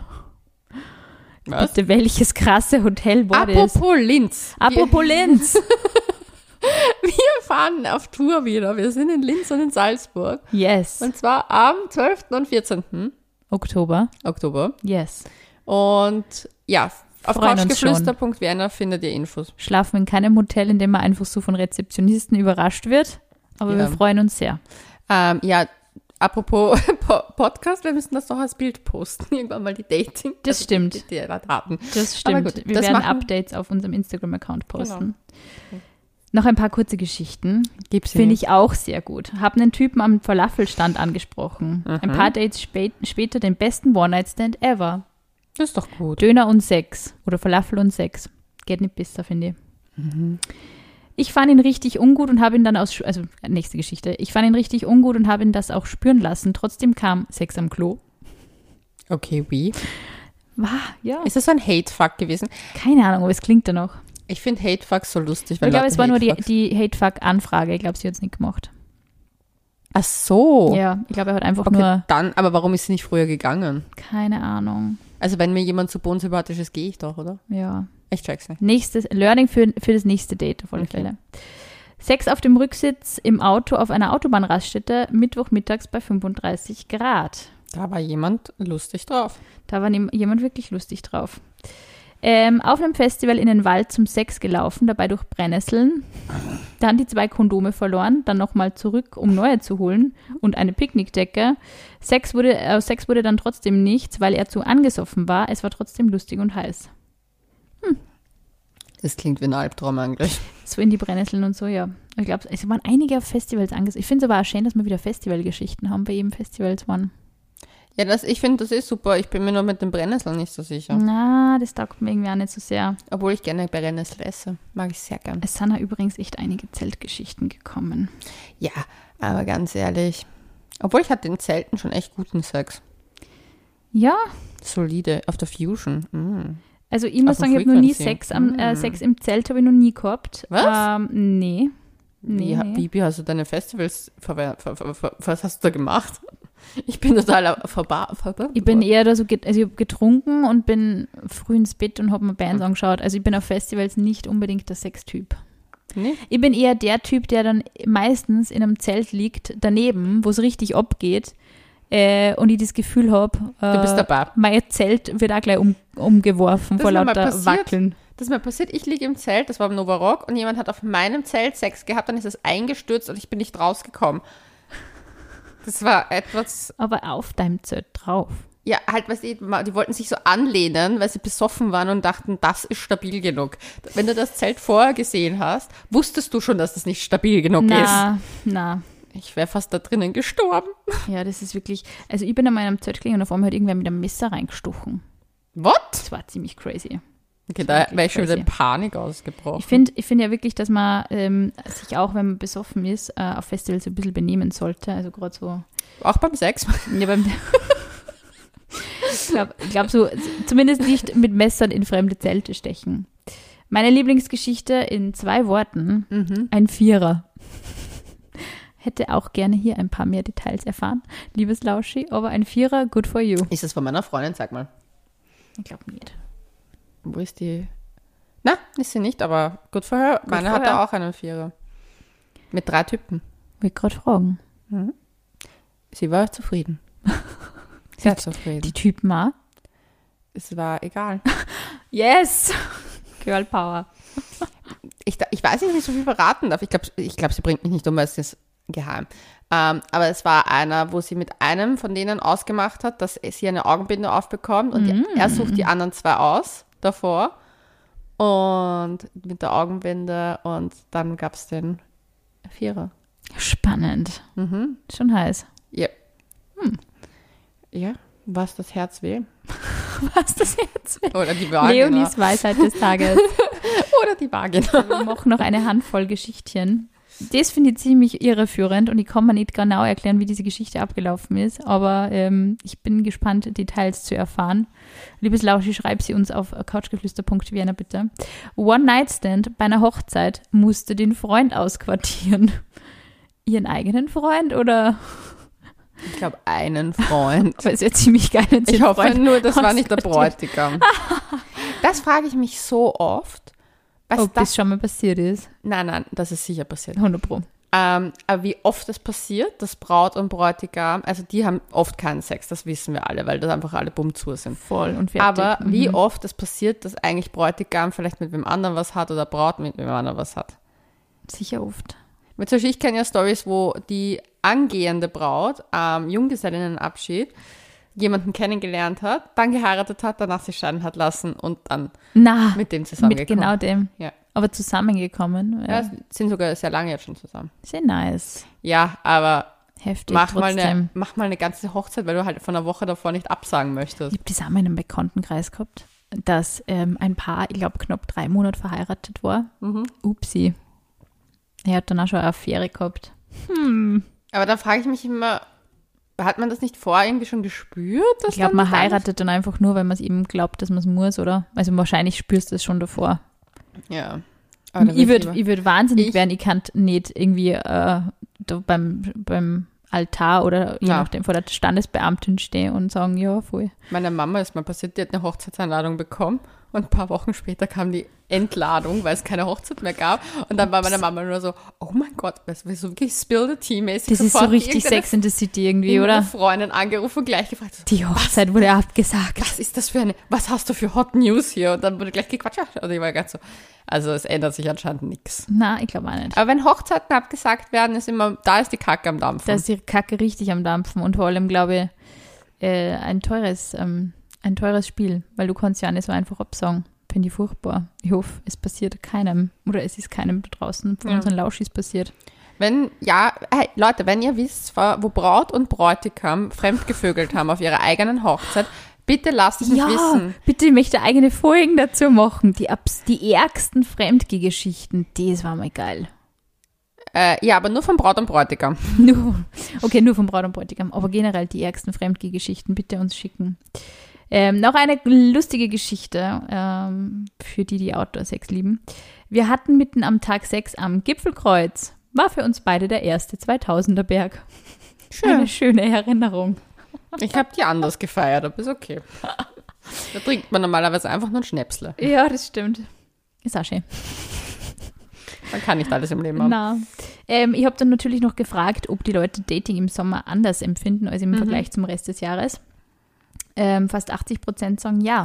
A: Was?
B: Bitte, welches krasse Hotel war das?
A: Apropos Linz.
B: Apropos Linz.
A: Wir fahren auf Tour wieder. Wir sind in Linz und in Salzburg.
B: Yes.
A: Und zwar am zwölften und vierzehnten
B: Oktober.
A: Oktober.
B: Yes.
A: Und ja, auf
B: Freuen uns
A: couchgeflüster punkt vienna findet ihr Infos.
B: Schlafen in keinem Hotel, in dem man einfach so von Rezeptionisten überrascht wird. Aber
A: Ja.
B: wir freuen uns sehr.
A: Ähm, ja, apropos po- Podcast, wir müssen das doch als Bild posten. Irgendwann mal die Dating.
B: Das
A: also
B: stimmt.
A: Die, die Daten.
B: Das
A: Aber
B: stimmt.
A: gut,
B: wir
A: das
B: werden
A: machen-
B: Updates auf unserem Instagram-Account posten.
A: Genau.
B: Noch ein paar kurze Geschichten.
A: Gibt's
B: Finde ich auch sehr gut. Haben einen Typen am Falafelstand angesprochen.
A: Mhm.
B: Ein paar Dates spät, später den besten One-Night-Stand ever.
A: Das ist doch gut.
B: Döner und Sex. Oder Falafel und Sex. Geht nicht besser, finde ich.
A: Mhm.
B: Ich fand ihn richtig ungut und habe ihn dann aus... Also, nächste Geschichte. Ich fand ihn richtig ungut und habe ihn das auch spüren lassen. Trotzdem kam Sex am Klo.
A: Okay, wie?
B: Wow, ja.
A: Ist das so ein Hate-Fuck gewesen?
B: Keine Ahnung, aber es klingt da noch.
A: Ich finde Hate-Fucks so lustig.
B: Ich
A: Wenn
B: glaube,
A: Leute
B: es war nur die,
A: Hate-Fucks-
B: die Hate-Fuck-Anfrage. Ich glaube, sie hat es nicht gemacht.
A: Ach so.
B: Ja, ich glaube, er hat einfach
A: Okay,
B: nur...
A: dann, aber warum ist sie nicht früher gegangen?
B: Keine Ahnung.
A: Also wenn mir jemand zu bodensympathisch ist, gehe ich doch, oder?
B: Ja.
A: Ich check's nicht.
B: Nächstes Learning für, für das nächste Date auf alle
A: Okay.
B: Fälle. Sex auf dem Rücksitz im Auto auf einer Autobahnraststätte, Mittwochmittags bei fünfunddreißig Grad.
A: Da war jemand lustig drauf.
B: Da war nem- jemand wirklich lustig drauf. Ähm, auf einem Festival in den Wald zum Sex gelaufen, dabei durch Brennnesseln. Dann die zwei Kondome verloren, dann nochmal zurück, um neue zu holen und eine Picknickdecke. Sex wurde, äh, Sex wurde dann trotzdem nichts, weil er zu angesoffen war. Es war trotzdem lustig und heiß.
A: Das klingt wie ein Albtraum eigentlich.
B: So in die Brennnesseln und so, ja. Ich glaube, es waren einige auf Festivals angesetzt. Ich finde es aber auch schön, dass wir wieder Festivalgeschichten haben bei jedem Festivals waren.
A: Ja, das, ich finde, das ist super. Ich bin mir nur mit den Brennnesseln nicht so sicher.
B: Na, das taugt mir irgendwie auch nicht so sehr.
A: Obwohl ich gerne Brennnessel esse. Mag ich sehr gern.
B: Es sind ja übrigens echt einige Zeltgeschichten gekommen.
A: Ja, aber ganz ehrlich. Obwohl ich hatte in Zelten schon echt guten Sex.
B: Ja,
A: Solide. Auf der Fusion. Mm.
B: also ich muss
A: Auf dem
B: sagen, ich habe noch nie
A: Frequency.
B: Sex, am, äh,
A: Mm.
B: Sex im Zelt, habe ich noch nie gehabt.
A: Was?
B: Ähm, nee. Nee,
A: Wie, ha-
B: nee.
A: wie, wie hast du deine Festivals, verwer- ver, ver, ver, was hast du da gemacht? Ich bin total verba verba
B: Ich bin eher da so, get also ich habe getrunken und bin früh ins Bett und habe mir Bands
A: Mhm.
B: angeschaut. Also ich bin auf Festivals nicht unbedingt der Sextyp.
A: Nee?
B: Ich bin eher der Typ, der dann meistens in einem Zelt liegt, daneben, wo es richtig abgeht äh, und ich das Gefühl habe, äh,
A: Du bist dabei.
B: mein Zelt wird auch gleich um, umgeworfen
A: Das
B: vor
A: ist mir mal
B: lauter
A: passiert.
B: Wackeln.
A: Das ist mir passiert, ich liege im Zelt, das war im Nova Rock und jemand hat auf meinem Zelt Sex gehabt, dann ist es eingestürzt und ich bin nicht rausgekommen. Das war etwas,
B: Aber auf deinem Zelt drauf.
A: ja, halt, weißt du, die wollten sich so anlehnen, weil sie besoffen waren und dachten, das ist stabil genug. Wenn du das Zelt vorher gesehen hast, wusstest du schon, dass das nicht stabil genug
B: Na, na.
A: ist. Ich wäre fast da drinnen gestorben.
B: Ja, das ist wirklich, also ich bin an meinem Zelt gelegen und auf einmal hat irgendwer mit einem Messer reingestochen.
A: What?
B: Das war ziemlich crazy.
A: Okay,
B: Das
A: da
B: war wirklich
A: wäre ich schon wieder
B: crazy.
A: in Panik ausgebrochen.
B: Ich finde ich find ja wirklich, dass man ähm, sich auch, wenn man besoffen ist, äh, auf Festivals ein bisschen benehmen sollte. Also gerade so.
A: Auch beim Sex.
B: Ja, beim ich glaube, ich glaub so, zumindest nicht mit Messern in fremde Zelte stechen. Meine Lieblingsgeschichte in zwei Worten,
A: Mhm.
B: ein Vierer. Hätte auch gerne hier ein paar mehr Details erfahren, liebes Lauschi, aber ein Vierer, good for you.
A: Ist das von meiner Freundin? Sag mal.
B: Ich glaube nicht.
A: Wo ist die? Na, ist sie nicht, aber gut für her. Meine
B: for
A: hatte
B: her.
A: auch einen Vierer. Mit drei Typen.
B: Wollte gerade fragen.
A: Sie war zufrieden. Sehr zufrieden.
B: Die Typen auch?
A: Es war egal.
B: Yes! Girl Power.
A: Ich, da- ich weiß nicht, wie ich so viel verraten darf. Ich glaube, ich glaub, sie bringt mich nicht um, weil es ist geheim. Ähm, aber es war einer, wo sie mit einem von denen ausgemacht hat, dass sie eine Augenbinde aufbekommt und die, er sucht die anderen zwei aus davor und mit der Augenbinde und dann gab es den Vierer.
B: Spannend.
A: Mhm.
B: Schon heiß.
A: Ja. Ja, was das Herz will.
B: Was das jetzt?
A: Oder die Vagina.
B: Leonies Weisheit des Tages.
A: Oder die Vagina.
B: Wir machen noch eine Handvoll Geschichtchen. das finde ich ziemlich irreführend und ich kann mir nicht genau erklären, wie diese Geschichte abgelaufen ist, aber ähm, ich bin gespannt, Details zu erfahren. Liebes Lauschi, schreib sie uns auf couchgeflüster punkt vienna bitte. One-Night-Stand bei einer Hochzeit musste den Freund ausquartieren. Ihren eigenen Freund oder?
A: Ich glaube, einen Freund.
B: Aber es wäre ziemlich geil, wenn sie
A: Ich hoffe
B: Freund
A: nur, das war nicht der
B: ausquartiert.
A: Bräutigam. Das frage ich mich so oft. Was
B: Ob das,
A: das
B: schon mal passiert ist.
A: Nein, nein, das ist sicher passiert.
B: hundert Pro.
A: Ähm, aber wie oft das passiert, dass Braut und Bräutigam, also die haben oft keinen Sex, das wissen wir alle, weil das einfach alle bumm zu sind.
B: Voll und fertig.
A: Aber
B: mhm.
A: wie oft das passiert, dass eigentlich Bräutigam vielleicht mit wem anderen was hat oder Braut mit wem anderen was hat.
B: Sicher oft.
A: Mit zum Beispiel, ich kenne ja Storys, wo die angehende Braut am Junggesellinnenabschied jemanden kennengelernt hat, dann geheiratet hat, danach sich scheiden hat lassen und dann
B: Na,
A: mit dem
B: mit
A: zusammengekommen.
B: genau dem.
A: Ja.
B: Aber zusammengekommen.
A: Ja,
B: Ja.
A: sind sogar sehr lange jetzt schon zusammen.
B: Sehr nice.
A: Ja, aber
B: Heftig
A: mach mal,
B: trotzdem.
A: eine, mach mal eine ganze Hochzeit, weil du halt von einer Woche davor nicht absagen möchtest.
B: Ich habe das auch mal in einem Bekanntenkreis gehabt, dass ähm, ein Paar, ich glaube, knapp drei Monate verheiratet war.
A: Mhm.
B: Upsi. Er hat dann auch schon eine Affäre gehabt. Hm.
A: Aber dann frage ich mich immer, hat man das nicht vorher irgendwie schon gespürt? Dass
B: Ich glaube,
A: dann
B: man
A: nicht alles-
B: heiratet dann einfach nur, weil man es eben glaubt, dass man es muss, oder? Also wahrscheinlich spürst du es schon davor.
A: Ja. Aber da
B: Ich
A: will
B: würde
A: lieber-
B: würd wahnsinnig
A: Ich-
B: werden, ich kann nicht irgendwie äh, da beim, beim Altar oder je
A: Ja.
B: nachdem vor der Standesbeamtin stehen und sagen, ja, voll.
A: Meiner Mama ist mal passiert, die hat eine Hochzeitseinladung bekommen und ein paar Wochen später kam die Entladung, weil es keine Hochzeit mehr gab. Und dann war meine Mama nur so, oh mein Gott, weißt du, so wirklich Spill the Tea-mäßig.
B: Das ist so
A: sofort
B: richtig
A: irgendeine-
B: Sex in the City irgendwie,
A: irgendeine
B: oder?
A: Freundin angerufen und gleich gefragt, so,
B: Die Hochzeit wurde abgesagt.
A: was ist das für eine, was hast du für Hot News hier? Und dann wurde gleich gequatscht. Also ich war ganz so, also es ändert sich anscheinend nichts.
B: Na, ich glaube auch nicht.
A: Aber wenn Hochzeiten abgesagt werden, ist immer, da ist die Kacke am Dampfen.
B: Da ist die Kacke richtig am Dampfen und vor allem, glaube ich, äh, ein teures, ähm, ein teures Spiel, weil du kannst ja nicht so einfach absagen. Finde ich furchtbar. Ich hoffe, es passiert keinem oder es ist keinem da draußen von
A: Ja.
B: unseren Lauschis passiert.
A: Wenn, ja, hey, Leute, wenn ihr wisst, wo Braut und Bräutigam fremdgevögelt haben auf ihrer eigenen Hochzeit, bitte lasst es mich wissen.
B: bitte, ich möchte eigene Folgen dazu machen. Die, Abs die ärgsten Fremdgeh-Geschichten, das war mal geil.
A: Äh, ja, aber nur von Braut und Bräutigam.
B: Nur, okay, nur vom Braut und Bräutigam, aber generell die ärgsten Fremdgeh-Geschichten bitte uns schicken. Ähm, noch eine lustige Geschichte ähm, für die, die Outdoor-Sex lieben. Wir hatten mitten am Tag Sex am Gipfelkreuz. War für uns beide der erste zweitausender Berg. Eine schöne Erinnerung.
A: Ich habe die anders gefeiert, aber ist okay. Da trinkt man normalerweise einfach nur ein Schnäpsle.
B: Ja, das stimmt. Ist auch schön.
A: Man kann nicht alles im Leben haben.
B: Na, ähm, ich habe dann natürlich noch gefragt, ob die Leute Dating im Sommer anders empfinden als im
A: Mhm.
B: Vergleich zum Rest des Jahres. Ähm, fast achtzig Prozent sagen ja.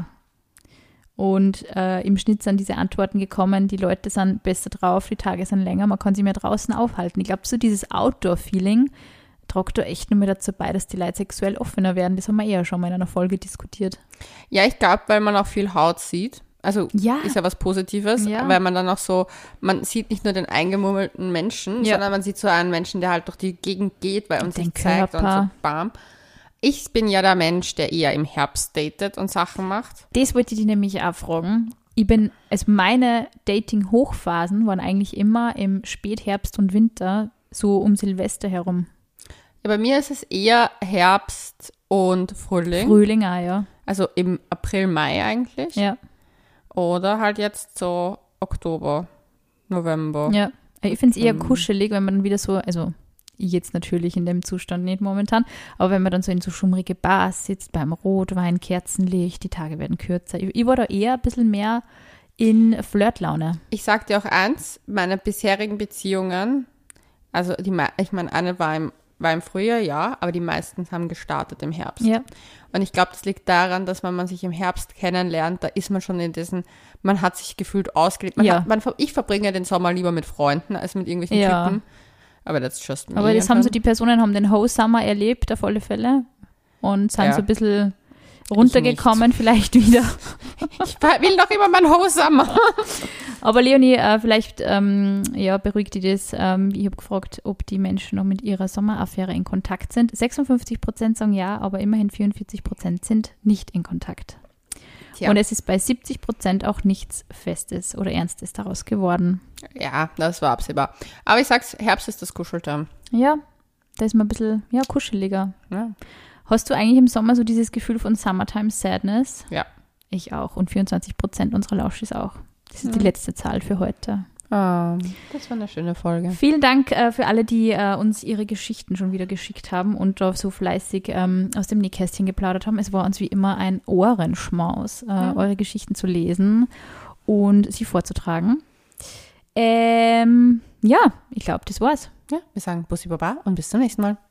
B: Und äh, im Schnitt sind diese Antworten gekommen, die Leute sind besser drauf, die Tage sind länger, man kann sich mehr draußen aufhalten. Ich glaube, so dieses Outdoor-Feeling tragt da echt nur mehr dazu bei, dass die Leute sexuell offener werden. Das haben wir eher schon mal in einer Folge diskutiert.
A: Ja, ich glaube, weil man auch viel Haut sieht. Also
B: Ja.
A: ist ja was Positives,
B: Ja.
A: weil man dann auch so, man sieht nicht nur den eingemummelten Menschen,
B: Ja.
A: sondern man sieht so einen Menschen, der halt durch die Gegend geht, weil uns
B: Den
A: sich zeigt und
B: Körper.
A: so bam. Ich bin ja der Mensch, der eher im Herbst datet und Sachen macht.
B: Das wollte ich dich nämlich auch fragen. Ich bin, also meine Dating-Hochphasen waren eigentlich immer im Spätherbst und Winter, so um Silvester herum.
A: Ja, bei mir ist es eher Herbst und Frühling.
B: Frühling auch, ja.
A: Also im April, Mai eigentlich.
B: Ja,
A: Oder halt jetzt so Oktober, November.
B: ja. Ich finde es eher
A: Mhm.
B: kuschelig, wenn man dann wieder so, also ich jetzt natürlich in dem Zustand nicht momentan, aber wenn man dann so in so schummrige Bars sitzt, beim Rotwein, Kerzenlicht, die Tage werden kürzer. Ich, ich war da eher ein bisschen mehr in Flirtlaune.
A: Ich sag dir auch eins, meine bisherigen Beziehungen, also die, mei- ich meine, eine war im, war im Frühjahr, ja, aber die meisten haben gestartet im Herbst.
B: Ja,
A: Und ich glaube, das liegt daran, dass wenn man sich im Herbst kennenlernt, da ist man schon in diesen, man hat sich gefühlt ausgelebt. Man
B: Ja.
A: hat, man, ich verbringe den Sommer lieber mit Freunden als mit irgendwelchen
B: Ja.
A: Typen. Aber that's just me.
B: aber das haben so die Personen, haben den Ho-Summer erlebt, auf alle Fälle, und sind
A: Ja.
B: so ein bisschen runtergekommen vielleicht wieder.
A: Ich will doch immer meinen Hochsommer.
B: Aber Leonie, äh, vielleicht ähm, ja, beruhigt die das. Ähm, ich habe gefragt, ob die Menschen noch mit ihrer Sommeraffäre in Kontakt sind. sechsundfünfzig Prozent sagen ja, aber immerhin vierundvierzig Prozent sind nicht in Kontakt. Tja. Und es ist bei siebzig Prozent auch nichts Festes oder Ernstes daraus geworden.
A: Ja, das war absehbar. Aber ich sag's, Herbst ist das Kuschelterm.
B: Ja, da ist man ein bisschen ja, kuscheliger.
A: Ja.
B: Hast du eigentlich im Sommer so dieses Gefühl von Summertime Sadness?
A: Ja.
B: Ich auch. Und vierundzwanzig Prozent unserer Lauschis auch. Das ist
A: ja.
B: die letzte Zahl für heute.
A: Oh, das war eine schöne Folge.
B: Vielen Dank äh, für alle, die äh, uns ihre Geschichten schon wieder geschickt haben und da so fleißig ähm, aus dem Nähkästchen geplaudert haben. Es war uns wie immer ein Ohrenschmaus, äh, ja. eure Geschichten zu lesen und sie vorzutragen. Ähm, ja, ich glaube, das war's.
A: Ja, wir sagen Bussi Baba und bis zum nächsten Mal.